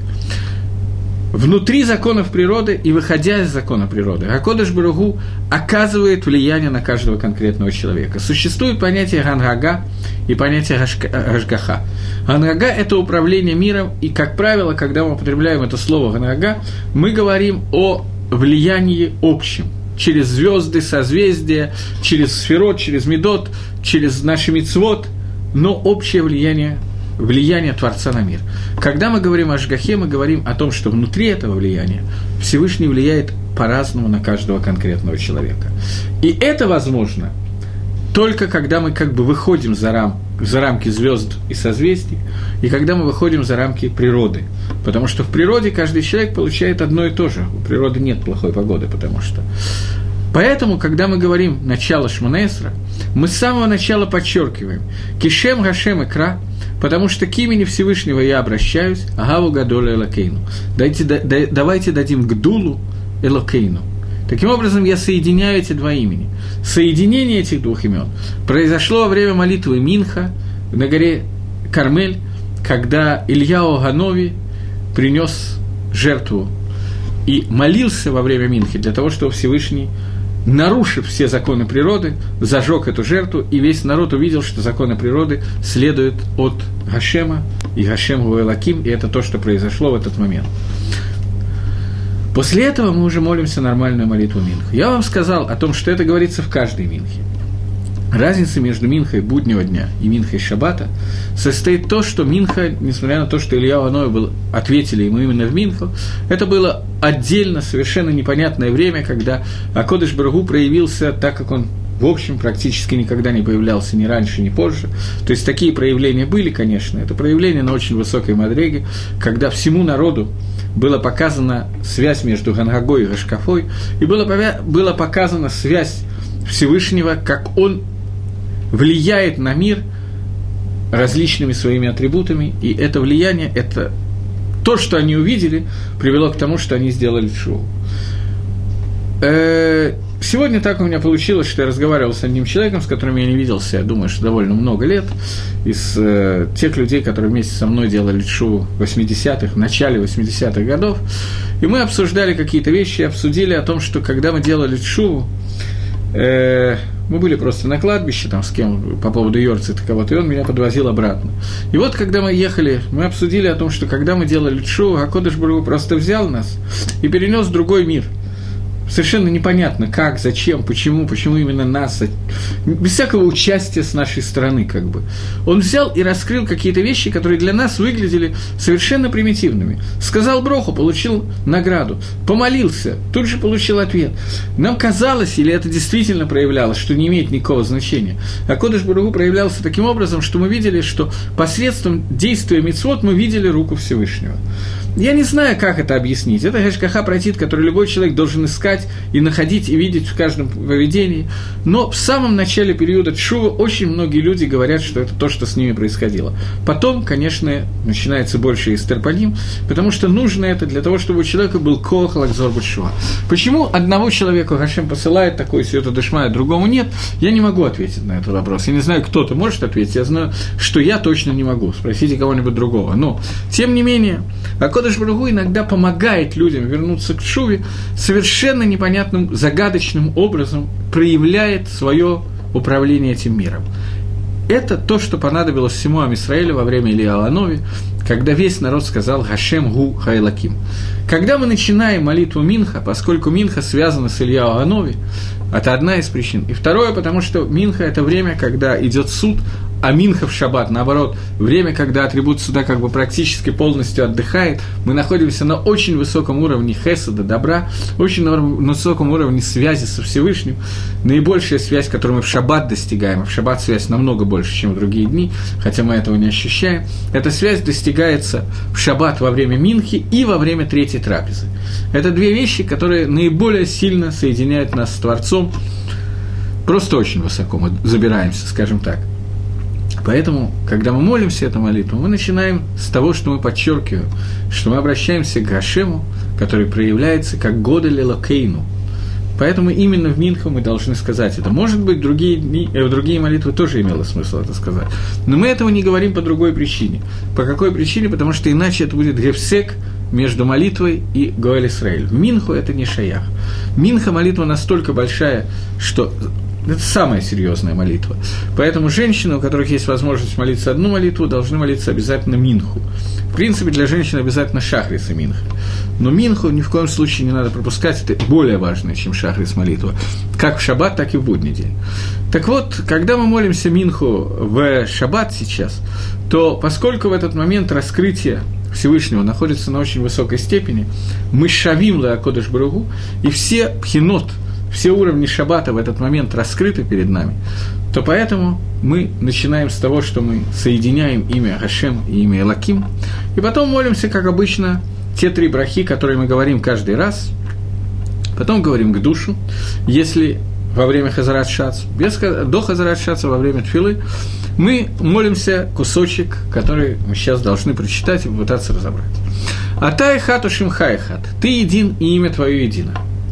внутри законов природы и выходя из закона природы, Акодеш Барух Ху оказывает влияние на каждого конкретного человека. Существует понятие Гангага и понятие Гашгаха. Гангага – это управление миром, и, как правило, когда мы употребляем это слово Гангага, мы говорим о влиянии общем. Через звезды, созвездия, через сферот, через медот, через наши мицвот, но общее влияние, влияние Творца на мир. Когда мы говорим о Ашгахе, мы говорим о том, что внутри этого влияния Всевышний влияет по-разному на каждого конкретного человека. И это возможно только когда мы как бы выходим за, рам, за рамки звезд и созвездий, и когда мы выходим за рамки природы. Потому что в природе каждый человек получает одно и то же. У природы нет плохой погоды, потому что... Поэтому, когда мы говорим «начало Шмона Эсрей», мы с самого начала подчеркиваем «Кишем Гашем икра», потому что к имени Всевышнего я обращаюсь, «Агаву гадоле Элокейну». Дайте, да, давайте дадим Гдулу Элокейну. Таким образом, я соединяю эти два имени. Соединение этих двух имен произошло во время молитвы Минха на горе Кармель, когда Ильяу Ганови принес жертву и молился во время Минхи для того, чтобы Всевышний, нарушив все законы природы, зажег эту жертву, и весь народ увидел, что законы природы следуют от Гашема, и Гашем гу Элоким, и это то, что произошло в этот момент. После этого мы уже молимся нормальную молитву Минха. Я вам сказал о том, что это говорится в каждой Минхе. Разница между Минхой буднего дня и Минхой Шаббата состоит в том, что Минха, несмотря на то, что Ильяу Ганови был, ответили ему именно в Минху, это было отдельно, совершенно непонятное время, когда Акодеш Барух Ху проявился так, как он, в общем, практически никогда не появлялся ни раньше, ни позже. То есть такие проявления были, конечно, это проявления на очень высокой мадреге, когда всему народу была показана связь между Гангагой и Гашкафой, и была, была показана связь Всевышнего, как он влияет на мир различными своими атрибутами, и это влияние, это то, что они увидели, привело к тому, что они сделали тшуву. Сегодня так у меня получилось, что я разговаривал с одним человеком, с которым я не виделся, я думаю, что довольно много лет, из э, тех людей, которые вместе со мной делали тшуву в восьмидесятых, в начале восьмидесятых годов, и мы обсуждали какие-то вещи, обсудили о том, что когда мы делали тшуву, э, мы были просто на кладбище, там, с кем, по поводу Йорцейта кого-то, и он меня подвозил обратно. И вот, когда мы ехали, мы обсудили о том, что когда мы делали тшуву, Акодеш Барух Ху просто взял нас и перенес в другой мир. совершенно непонятно, как, зачем, почему, почему именно нас, без всякого участия с нашей стороны, как бы. Он взял и раскрыл какие-то вещи, которые для нас выглядели совершенно примитивными. Сказал броху, получил награду, помолился, тут же получил ответ. Нам казалось, или это действительно проявлялось, что не имеет никакого значения. А Кодеш Барух Ху проявлялся таким образом, что мы видели, что посредством действия мицвот мы видели руку Всевышнего. Я не знаю, как это объяснить. Это гешгаха пратит, который любой человек должен искать и находить, и видеть в каждом поведении. Но в самом начале периода тшува очень многие люди говорят, что это то, что с ними происходило. Потом, конечно, начинается больше истерпаним, потому что нужно это для того, чтобы у человека был коах лахзор бетшува. Почему одному человеку Гашем посылает такой сиюта дешмая, а другому нет, я не могу ответить на этот вопрос. Я не знаю, кто-то может ответить, я знаю, что я точно не могу. Спросите кого-нибудь другого. Но, тем не менее, Кодеш Барух Ху иногда помогает людям вернуться к тшуве, совершенно непонятным, загадочным образом проявляет свое управление этим миром. Это то, что понадобилось всему Ам Исраэлю во время Ильяу Анови, когда весь народ сказал «Гашем гу хайлаким». Когда мы начинаем молитву Минха, поскольку Минха связана с Ильяу Анови, это одна из причин. И второе, потому что Минха – это время, когда идет суд, а Минха в шаббат, наоборот, время, когда атрибут суда как бы практически полностью отдыхает, мы находимся на очень высоком уровне хесада, добра, очень на высоком уровне связи со Всевышним, наибольшая связь, которую мы в шаббат достигаем, а в шаббат связь намного больше, чем в другие дни, хотя мы этого не ощущаем, эта связь достигается в шаббат во время Минхи и во время третьей трапезы. Это две вещи, которые наиболее сильно соединяют нас с Творцом, просто очень высоко мы забираемся, скажем так. Поэтому, когда мы молимся эту молитву, мы начинаем с того, что мы подчеркиваем, что мы обращаемся к Гашему, который проявляется как Годель Элокейну. Поэтому именно в Минху мы должны сказать это. Может быть, другие, в другие молитвы тоже имело смысл это сказать. Но мы этого не говорим по другой причине. По какой причине? Потому что иначе это будет гефсек между молитвой и Гоэль Исраэль. В Минху это не шаях. Минха молитва настолько большая, что... Это самая серьезная молитва. Поэтому женщины, у которых есть возможность молиться одну молитву, должны молиться обязательно Минху. В принципе, для женщин обязательно Шахрис и Минха. Но Минху ни в коем случае не надо пропускать, это более важно, чем Шахрис молитва. Как в шаббат, так и в будний день. Так вот, когда мы молимся Минху в шаббат сейчас, то поскольку в этот момент раскрытие Всевышнего находится на очень высокой степени, мы шавим ла Кодеш Барух Ху, и все пхинот, все уровни шаббата в этот момент раскрыты перед нами, то поэтому мы начинаем с того, что мы соединяем имя Гашем и имя Элоким, и потом молимся, как обычно, те три брахи, которые мы говорим каждый раз, потом говорим к душу, если во время Хазарат Шац, без, до Хазарат Шаца, во время Тфилы, мы молимся кусочек, который мы сейчас должны прочитать и попытаться разобрать. «Атай хату шимхай хат, ты един, и имя твое едино».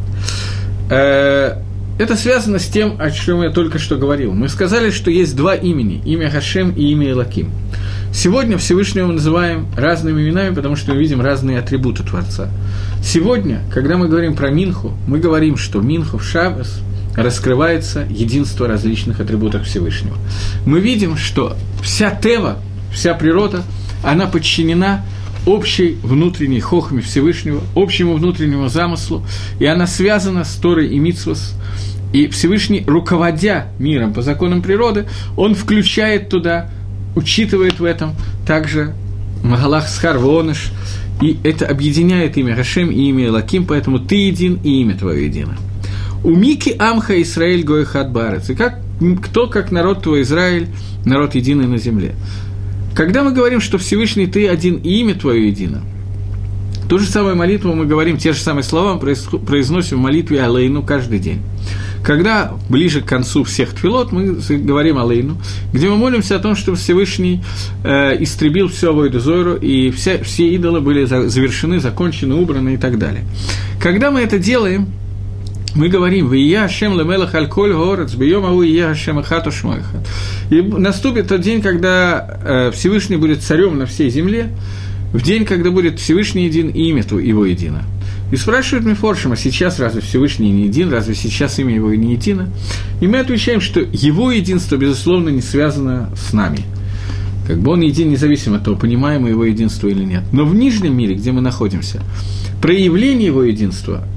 Это связано с тем, о чем я только что говорил. Мы сказали, что есть два имени, имя Гашем и имя Элоким. Сегодня Всевышнего мы называем разными именами, потому что мы видим разные атрибуты Творца. Сегодня, когда мы говорим про Минху, мы говорим, что Минху в Шаббас раскрывается единство различных атрибутов Всевышнего. Мы видим, что вся Тева, вся природа, она подчинена общей внутренней хохме Всевышнего, общему внутреннему замыслу, и она связана с Торой и Мицвос. И Всевышний, руководя миром по законам природы, он включает туда, учитывает в этом также Магалах Схар Воныш, и это объединяет имя Гашем и имя Элоким, поэтому ты един и имя твое едино. У Мики Амха Исраэль Гоэхат Баарец, и как, кто, как народ твой Израиль, народ единый на земле. Когда мы говорим, что Всевышний ты один и имя твое едино, ту же самую молитву мы говорим, те же самые слова произносим в молитве Алейну каждый день. Когда ближе к концу всех тфилот мы говорим Алейну, где мы молимся о том, что Всевышний э, истребил всю авойду зойру, и вся, все идолы были завершены, закончены, убраны и так далее. Когда мы это делаем, мы говорим «Вия Ашем лемелах аль-коль горец, бьем аву ия Ашем ахат ушма ахат». И наступит тот день, когда э, Всевышний будет царем на всей земле, в день, когда будет Всевышний един и имя его едино. И спрашивают Мефоршим, а сейчас разве Всевышний не един, разве сейчас имя его не едино? И мы отвечаем, что его единство, безусловно, не связано с нами. Как бы он един, независимо от того, понимаем мы его единство или нет. Но в нижнем мире, где мы находимся, проявление его единства,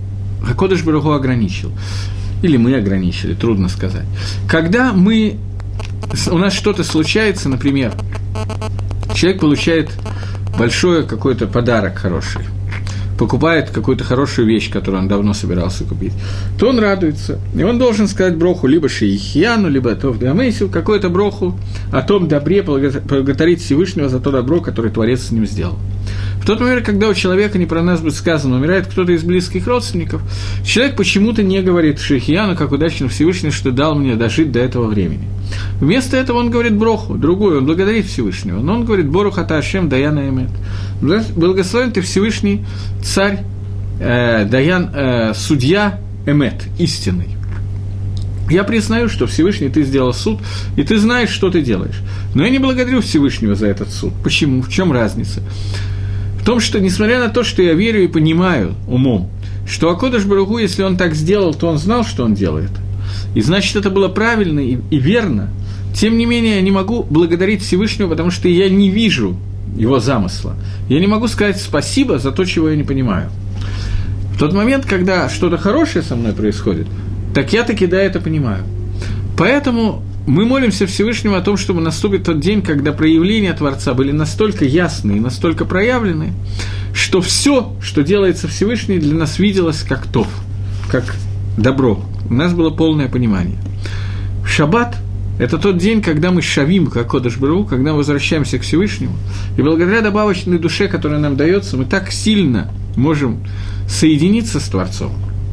ха-кодеш барух ху ограничил. Или мы ограничили, трудно сказать. Когда мы, у нас что-то случается, например, человек получает большой какой-то подарок хороший, покупает какую-то хорошую вещь, которую он давно собирался купить, то он радуется. И он должен сказать броху либо Шейхияну, либо Тов Дамейсу, какую-то броху о том добре, благодарить Всевышнего за то добро, которое Творец с ним сделал. В тот момент, когда у человека, не про нас будет сказано, умирает кто-то из близких родственников, человек почему-то не говорит Шейхияну, как удачно Всевышний, что дал мне дожить до этого времени. Вместо этого он говорит броху, другую, он благодарит Всевышнего, но он говорит Борух ата Ашем Даяна Эмет. Благословен ты Всевышний царь, э, Даян, э, судья Эмет, истинный. Я признаю, что Всевышний ты сделал суд, и ты знаешь, что ты делаешь. Но я не благодарю Всевышнего за этот суд. Почему? В чем разница? В том, что, несмотря на то, что я верю и понимаю умом, что ха-кодеш барух ху, если он так сделал, то он знал, что он делает, и значит, это было правильно и, и верно, тем не менее, я не могу благодарить Всевышнего, потому что я не вижу его замысла. Я не могу сказать спасибо за то, чего я не понимаю. В тот момент, когда что-то хорошее со мной происходит, так я таки да, это понимаю. Поэтому мы молимся Всевышнему о том, чтобы наступит тот день, когда проявления Творца были настолько ясны и настолько проявлены, что все, что делается Всевышний, для нас виделось как тов, как добро. У нас было полное понимание. Шаббат – это тот день, когда мы шавим, как ха-кодеш барух ху, когда мы возвращаемся к Всевышнему, и благодаря добавочной душе, которая нам дается, мы так сильно можем соединиться с Творцом,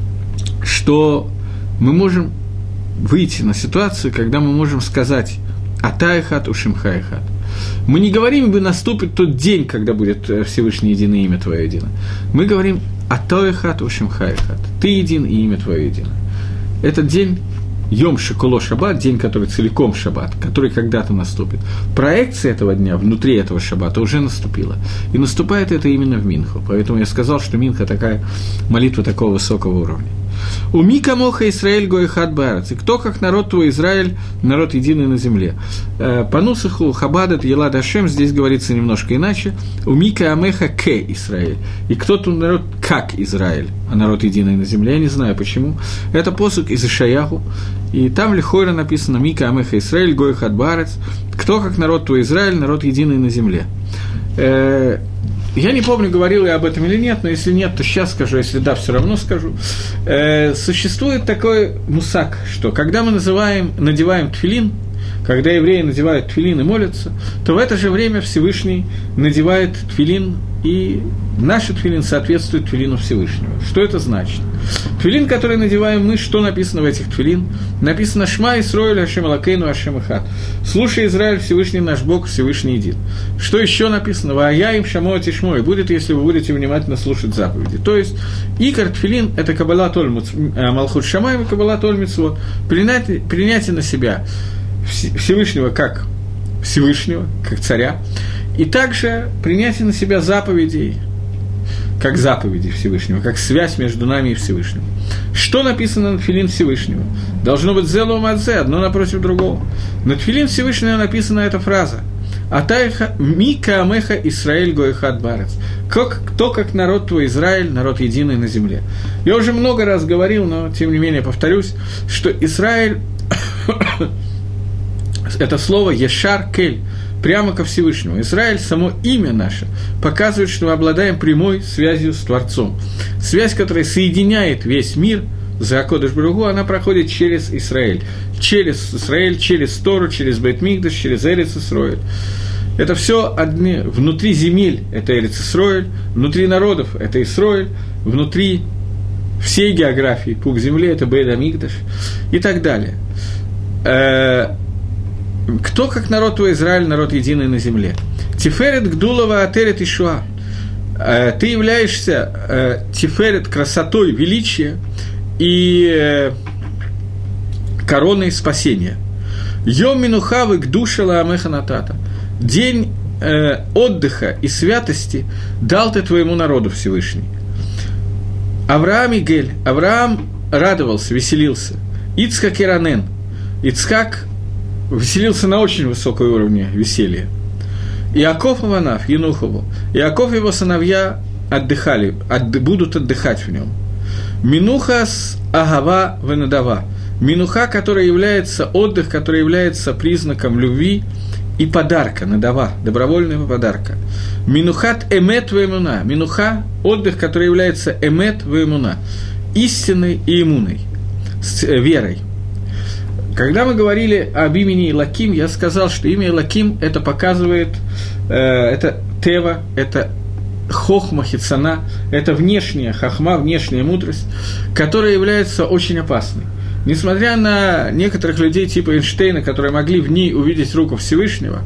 что мы можем выйти на ситуацию, когда мы можем сказать «Ата эхад ушимха эхад». Мы не говорим, бы наступит тот день, когда будет Всевышний един и имя Твое едино. Мы говорим «Ата эхад ушимха эхад». Ты един и имя Твое едино. Этот день Йом Шекуло Шаббат, день, который целиком Шаббат, который когда-то наступит. Проекция этого дня внутри этого Шаббата уже наступила. И наступает это именно в Минху. Поэтому я сказал, что Минха такая молитва такого высокого уровня. «Уми камоха Исраэль гоэхад баарец». И кто, как народ твой Израиль, народ единый на земле. По нусаху Хабадат Елад Ашем здесь говорится немножко иначе. «Уми каамеха ке Исраэль». И кто тут народ как Израиль, а народ единый на земле. Я не знаю почему. Это посук из Ишаяху. И там лихойра написано «Ми каамеха Исраэль гоэхад баарец». Кто, как народ твой Израиль, народ единый на земле. Я не помню, говорил я об этом или нет, но если нет, то сейчас скажу, если да, все равно скажу. Э, существует такой мусак, что когда мы называем, надеваем тфилин, когда евреи надевают тфилин и молятся, то в это же время Всевышний надевает тфилин, и наш тфилин соответствует тфилину Всевышнего. Что это значит? Тфилин, который надеваем мы, что написано в этих тфилин? Написано «Шма Исроэль Ашем Элокейну Ашем Эхад». «Слушай, Израиль, Всевышний наш Бог, Всевышний един». Что еще написано? «Ваая им шамо тишмо», и будет, если вы будете внимательно слушать заповеди. То есть, икор тфилин – это каббала толь малхут шамаим и каббала толь мицвот. Принятие, принятие на себя Всевышнего как Всевышнего, как царя, и также принятие на себя заповедей, как заповеди Всевышнего, как связь между нами и Всевышним. Что написано на тфилин Всевышнего? Должно быть «зелу мадзе», одно напротив другого. На тфилин Всевышнего написана эта фраза «Атайха ми каамеха Исраэль гоэхад баарец». Кто, как народ твой Израиль, народ единый на земле. Я уже много раз говорил, но тем не менее повторюсь, что Израиль – это слово «ешар кель», прямо ко Всевышнему. Израиль, само имя наше, показывает, что мы обладаем прямой связью с Творцом. Связь, которая соединяет весь мир, за ха-кодеш барух ху, она проходит через Израиль. Через Израиль, через Тору, через Бейт-Микдаш, через Эрец Исроэль. Это все одни, внутри земель – это Эрец Исроэль, внутри народов – это Исроэль, внутри всей географии, пук земли – это Бейт-Микдаш и так далее. Кто, как народ твой Израиль, народ единый на земле? Тиферет гдулова атерет ишуа. Ты являешься тиферет красотой, величия и короной спасения. Йом минухавы гдушала амеха натата. День отдыха и святости дал ты твоему народу Всевышний. Авраам и Гель. Авраам радовался, веселился. Ицхак и Ранен. Ицхак веселился на очень высоком уровне веселья. Иаков и Ванаф, Енухову. Иаков и его сыновья отдыхали, от, будут отдыхать в нем. Минухас агава венадава. Минуха, которая является отдых, который является признаком любви и подарка, надава, добровольного подарка. Минухат эмет вэмуна. Минуха – отдых, который является эмет вэмуна, истиной и иммуной, с верой. Когда мы говорили об имени Элоким, я сказал, что имя Элоким это показывает, э, это тева, это хохма хицана, это внешняя хохма, внешняя мудрость, которая является очень опасной. Несмотря на некоторых людей типа Эйнштейна, которые могли в ней увидеть руку Всевышнего,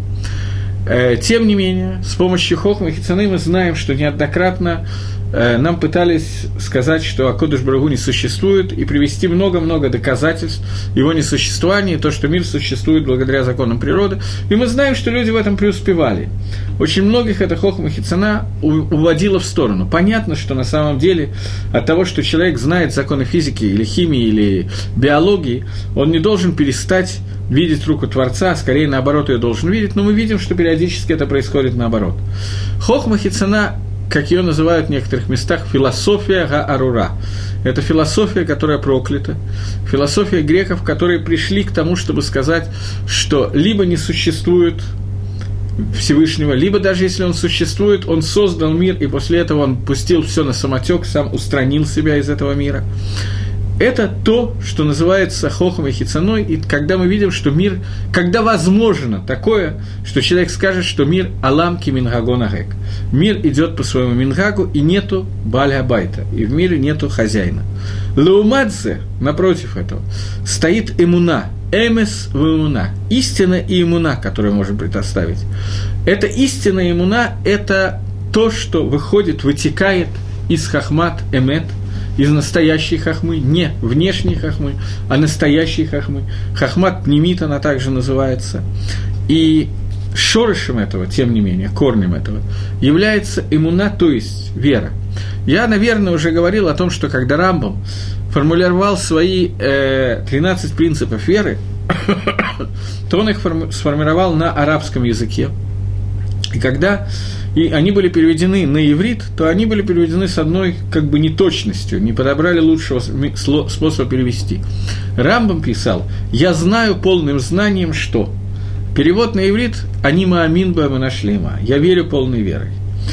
э, тем не менее, с помощью хохмы хицаны мы знаем, что неоднократно нам пытались сказать, что Акодыш Барух Ху не существует, и привести много-много доказательств его несуществования, то, что мир существует благодаря законам природы. И мы знаем, что люди в этом преуспевали. Очень многих эта хохма хицана уводила в сторону. Понятно, что на самом деле от того, что человек знает законы физики или химии, или биологии, он не должен перестать видеть руку Творца, а скорее наоборот ее должен видеть, но мы видим, что периодически это происходит наоборот. Хохма хицана, как ее называют в некоторых местах, философия га-арура. Это философия, которая проклята, философия греков, которые пришли к тому, чтобы сказать, что либо не существует Всевышнего, либо даже если он существует, он создал мир, и после этого он пустил все на самотек, сам устранил себя из этого мира. Это то, что называется хохмой хицаной, и когда мы видим, что мир, когда возможно такое, что человек скажет, что мир аламки мингагон агек, мир идет по своему мингагу, и нету баля байта, и в мире нету хозяина. Лаумадзе, напротив этого, стоит эмуна, эмес в эмуна, истина и эмуна, которую можем предоставить. Это истина и эмуна, это то, что выходит, вытекает из хахмат эмет, из настоящей хахмы, не внешней хахмы, а настоящей хахмы. Хахмат пнемит, она также называется. И шорышем этого, тем не менее, корнем этого, является эмуна, то есть вера. Я, наверное, уже говорил о том, что когда Рамбам формулировал свои э, тринадцать принципов веры, то он их форми- сформировал на арабском языке. И когда и они были переведены на иврит, то они были переведены с одной как бы неточностью, не подобрали лучшего способа перевести. Рамбам писал: «Я знаю полным знанием, что…» Перевод на иврит «Ани маамин ба манашлема», «Я верю полной верой».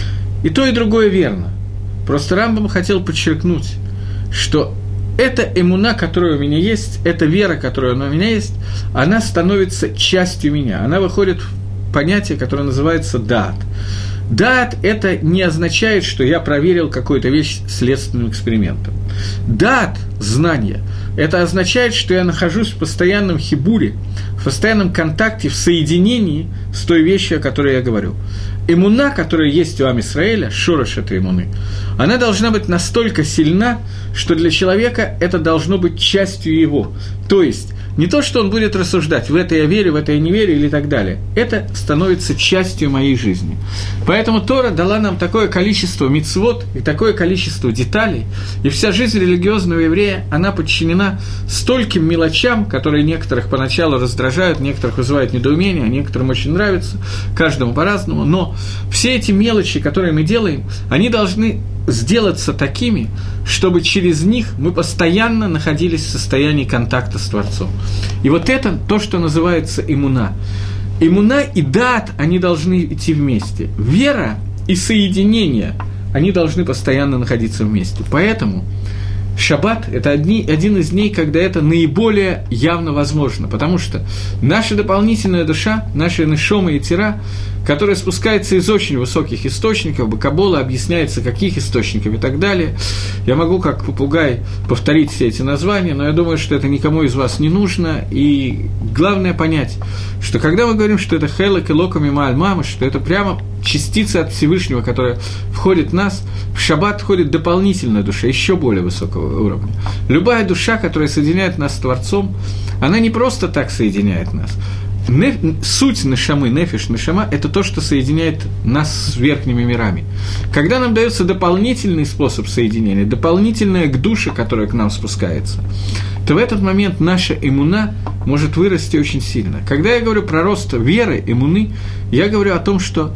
И то, и другое верно. Просто Рамбам хотел подчеркнуть, что эта эмуна, которая у меня есть, эта вера, которая у меня есть, она становится частью меня. Она выходит в понятие, которое называется «даат». Даат – это не означает, что я проверил какую-то вещь следственным экспериментом. Даат – знание. Это означает, что я нахожусь в постоянном хибуре, в постоянном контакте, в соединении с той вещью, о которой я говорю. Эмуна, которая есть у Ам Исраэля, шорош этой эмуны, она должна быть настолько сильна, что для человека это должно быть частью его. То есть, не то, что он будет рассуждать, в это я верю, в это я не верю или так далее. Это становится частью моей жизни. Поэтому Тора дала нам такое количество мицвот и такое количество деталей, и вся жизнь религиозного еврея, она подчинена стольким мелочам, которые некоторых поначалу раздражают, некоторых вызывают недоумение, а некоторым очень нравится, каждому по-разному. Но все эти мелочи, которые мы делаем, они должны сделаться такими, чтобы через них мы постоянно находились в состоянии контакта с Творцом. И вот это то, что называется иммуна. Иммуна и даат, они должны идти вместе. Вера и соединение, они должны постоянно находиться вместе. Поэтому Шаббат – это одни, один из дней, когда это наиболее явно возможно, потому что наша дополнительная душа, наша нешома и тира, которая спускается из очень высоких источников, Бакабола объясняется, каких источников и так далее. Я могу, как попугай, повторить все эти названия, но я думаю, что это никому из вас не нужно. И главное понять, что когда мы говорим, что это хелек и локами мааль мама, что это прямо частица от Всевышнего, которая входит в нас, в шаббат входит дополнительная душа, еще более высокого уровня. Любая душа, которая соединяет нас с Творцом, она не просто так соединяет нас. Неф, суть нешамы, нефиш, нешама – это то, что соединяет нас с верхними мирами. Когда нам дается дополнительный способ соединения, дополнительная к душе, которая к нам спускается, то в этот момент наша иммуна может вырасти очень сильно. Когда я говорю про рост веры, иммуны, я говорю о том, что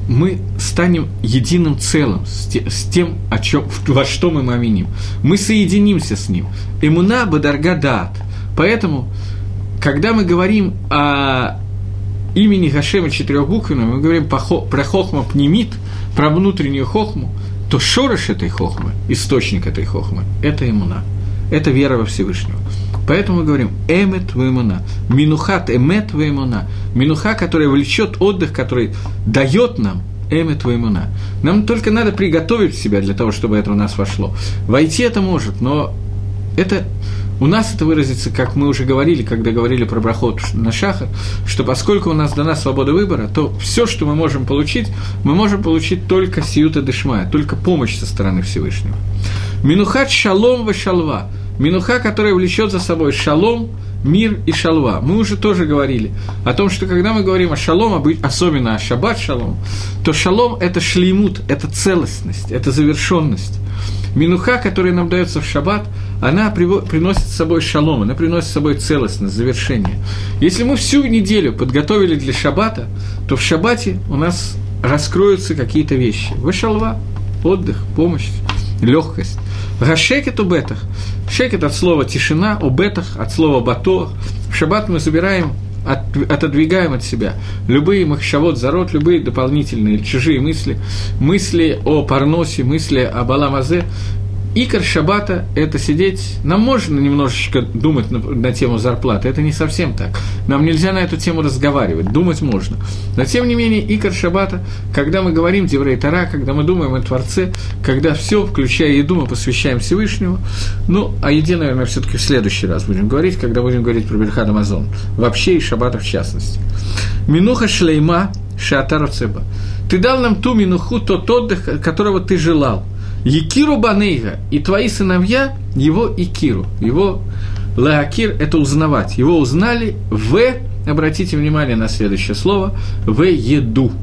мы станем единым целым с тем, о чем, во что мы маминим. Мы соединимся с ним. Эмуна бадарга даат. Поэтому, когда мы говорим о имени Гашема четырехбуквенном, мы говорим про хохма пнемит, про внутреннюю хохму, то шореш этой хохмы, источник этой хохмы, это эмуна, это вера во Всевышнего. Поэтому мы говорим «эмет вэмуна», «минухат эмет вэмуна», «минуха», которая влечет отдых, который дает нам «эмет вэмуна». Нам только надо приготовить себя для того, чтобы это у нас вошло. Войти это может, но это... У нас это выразится, как мы уже говорили, когда говорили про брахот на шахар, что поскольку у нас дана свобода выбора, то все, что мы можем получить, мы можем получить только сиюта дешмая, только помощь со стороны Всевышнего. Минухат шалом ва шалва. Минуха, которая влечет за собой шалом, мир и шалва. Мы уже тоже говорили о том, что когда мы говорим о шалом, особенно о шаббат шалом, то шалом – это шлеймут, это целостность, это завершенность. Минуха, которая нам дается в шаббат, она приносит с собой шалом, она приносит с собой целостность, завершение. Если мы всю неделю подготовили для шаббата, то в шаббате у нас раскроются какие-то вещи. Вашалва, отдых, помощь, легкость. Гашекет у бетах. Шекет от слова тишина, у бетах от слова батох. В шаббат мы забираем, от, отодвигаем от себя любые махшавот, зарод, любые дополнительные чужие мысли, мысли о парносе, мысли об аламазе. Икор шаббата – это сидеть… Нам можно немножечко думать на, на тему зарплаты, это не совсем так. Нам нельзя на эту тему разговаривать, думать можно. Но, тем не менее, икор шаббата, когда мы говорим Деврей Тора, когда мы думаем о Творце, когда все, включая еду, мы посвящаем Всевышнему. Ну, о еде, наверное, все-таки в следующий раз будем говорить, когда будем говорить про Берхат Амазон. Вообще и шаббата в частности. Минуха шлейма шаатар цеба. Ты дал нам ту минуху, тот отдых, которого ты желал. Якиру банейга, и твои сыновья его икиру, его лаакир – это узнавать, его узнали в, обратите внимание на следующее слово, в еду.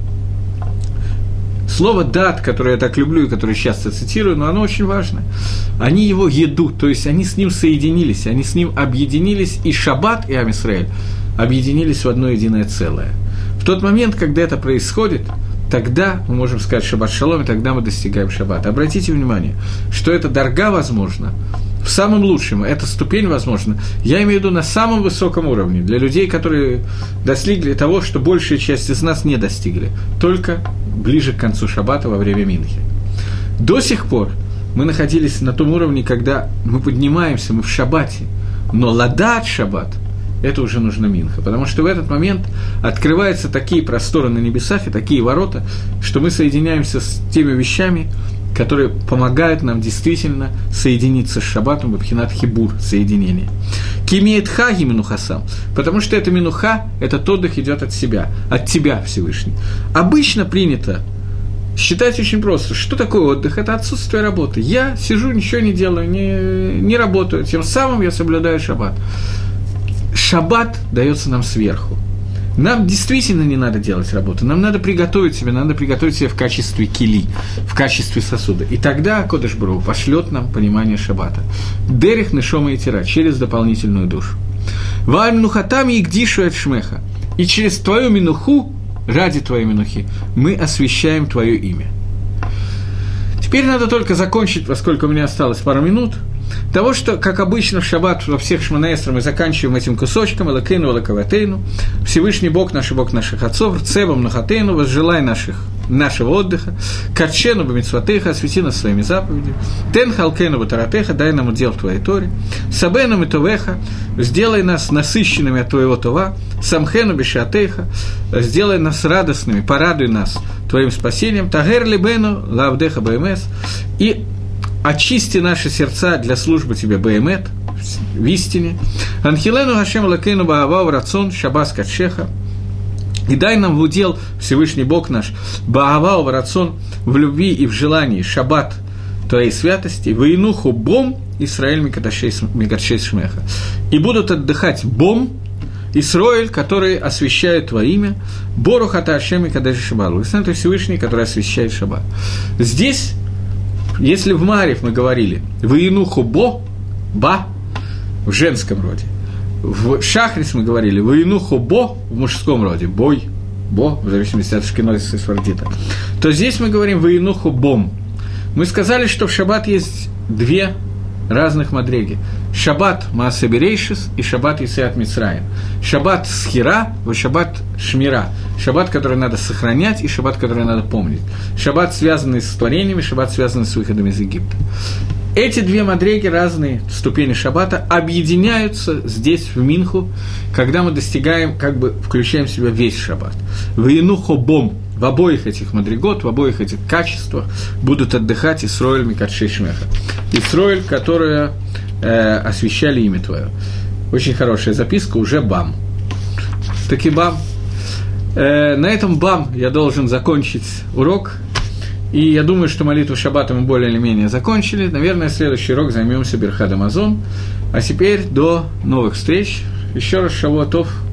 Слово «дат», которое я так люблю и которое часто цитирую, но оно очень важно. Они его еду, то есть они с ним соединились, они с ним объединились, и Шаббат, и Ам Исраэль объединились в одно единое целое. В тот момент, когда это происходит, тогда мы можем сказать «Шаббат шалом», и тогда мы достигаем Шаббата. Обратите внимание, что эта дарга возможна в самом лучшем, эта ступень возможна, я имею в виду на самом высоком уровне, для людей, которые достигли того, что большая часть из нас не достигли, только ближе к концу Шаббата во время Минхи. До сих пор мы находились на том уровне, когда мы поднимаемся, мы в Шаббате, но ладат Шаббат – это уже нужна Минха, потому что в этот момент открываются такие просторы на небесах и такие ворота, что мы соединяемся с теми вещами, которые помогают нам действительно соединиться с Шаббатом, бабхинат хибур, соединение. Кимеет хаги минухасам, потому что эта минуха, этот отдых идет от себя, от тебя, Всевышний. Обычно принято считать очень просто, что такое отдых, это отсутствие работы. Я сижу, ничего не делаю, не, не работаю, тем самым я соблюдаю Шаббат. Шаббат дается нам сверху. Нам действительно не надо делать работу, нам надо приготовить себя, надо приготовить себя в качестве кили, в качестве сосуда. И тогда Кодеш Барух пошлет нам понимание Шаббата. Дерех нешома и тира, через дополнительную душу. Вааль минухатам игдишу эт шмеха. И через твою минуху, ради твоей минухи, мы освящаем твое имя. Теперь надо только закончить, поскольку у меня осталось пару минут, того, что, как обычно, в шаббат во всех шмонаэсрах мы заканчиваем этим кусочком «Элокейну, элоковатейну», Всевышний Бог, наш Бог наших отцов, «Рцебом нахатейну», возжелай наших, нашего отдыха, «Катшену бамитсватеха», освети нас своими заповедями, «Тен халкейну батаратеха», дай нам удел в твоей торе, «Сабену митовеха», сделай нас насыщенными от твоего това, «Самхену бешатеха», сделай нас радостными, порадуй нас твоим спасением, «Тагер либену лавдеха бэмэс», и очисти наши сердца для службы Тебе, Беэмет, в истине. Анхилену Хашем Лакейну Баава Рацон Шабас Катшеха. И дай нам в удел, Всевышний Бог наш, Баава Рацон, в любви и в желании Шаббат Твоей святости, Ваинуху Бом Исраэль Микаршей Шмеха. И будут отдыхать Бом, Исроэль, которые освящают Твое имя, Борухата Ашем и Кадеш Шаббат. Ты Всевышний, который освящает Шаббат. Здесь, если в Марев мы говорили «Ваинуху бо», «ба» в женском роде, в Шахрис мы говорили «Ваинуху бо» в мужском роде, «бой», бо, в зависимости от ашкеназиса и сфардита, то здесь мы говорим «ваинуху бом». Мы сказали, что в шаббат есть две разных мадреги. Шаббат Маасе Берейшис и Шаббат Ецеат Мицраим. Шаббат Схира, вот Шаббат Шмира. Шаббат, который надо сохранять, и Шаббат, который надо помнить. Шаббат, связанный с творениями, Шаббат, связанный с выходом из Египта. Эти две мадреги, разные ступени шаббата, объединяются здесь, в Минху, когда мы достигаем, как бы включаем в себя весь шаббат. «Ваинуху бом». В обоих этих мадригот, в обоих этих качествах будут отдыхать Исроэль Микадшей Шмеха. Исроэль, которые э, освящали имя Твое. Очень хорошая записка, уже бам. Таки бам. Э, на этом бам я должен закончить урок. И я думаю, что молитву шаббата мы более или менее закончили. Наверное, в следующий урок займемся Берхат Амазон. А теперь до новых встреч. Еще раз шавуа тов.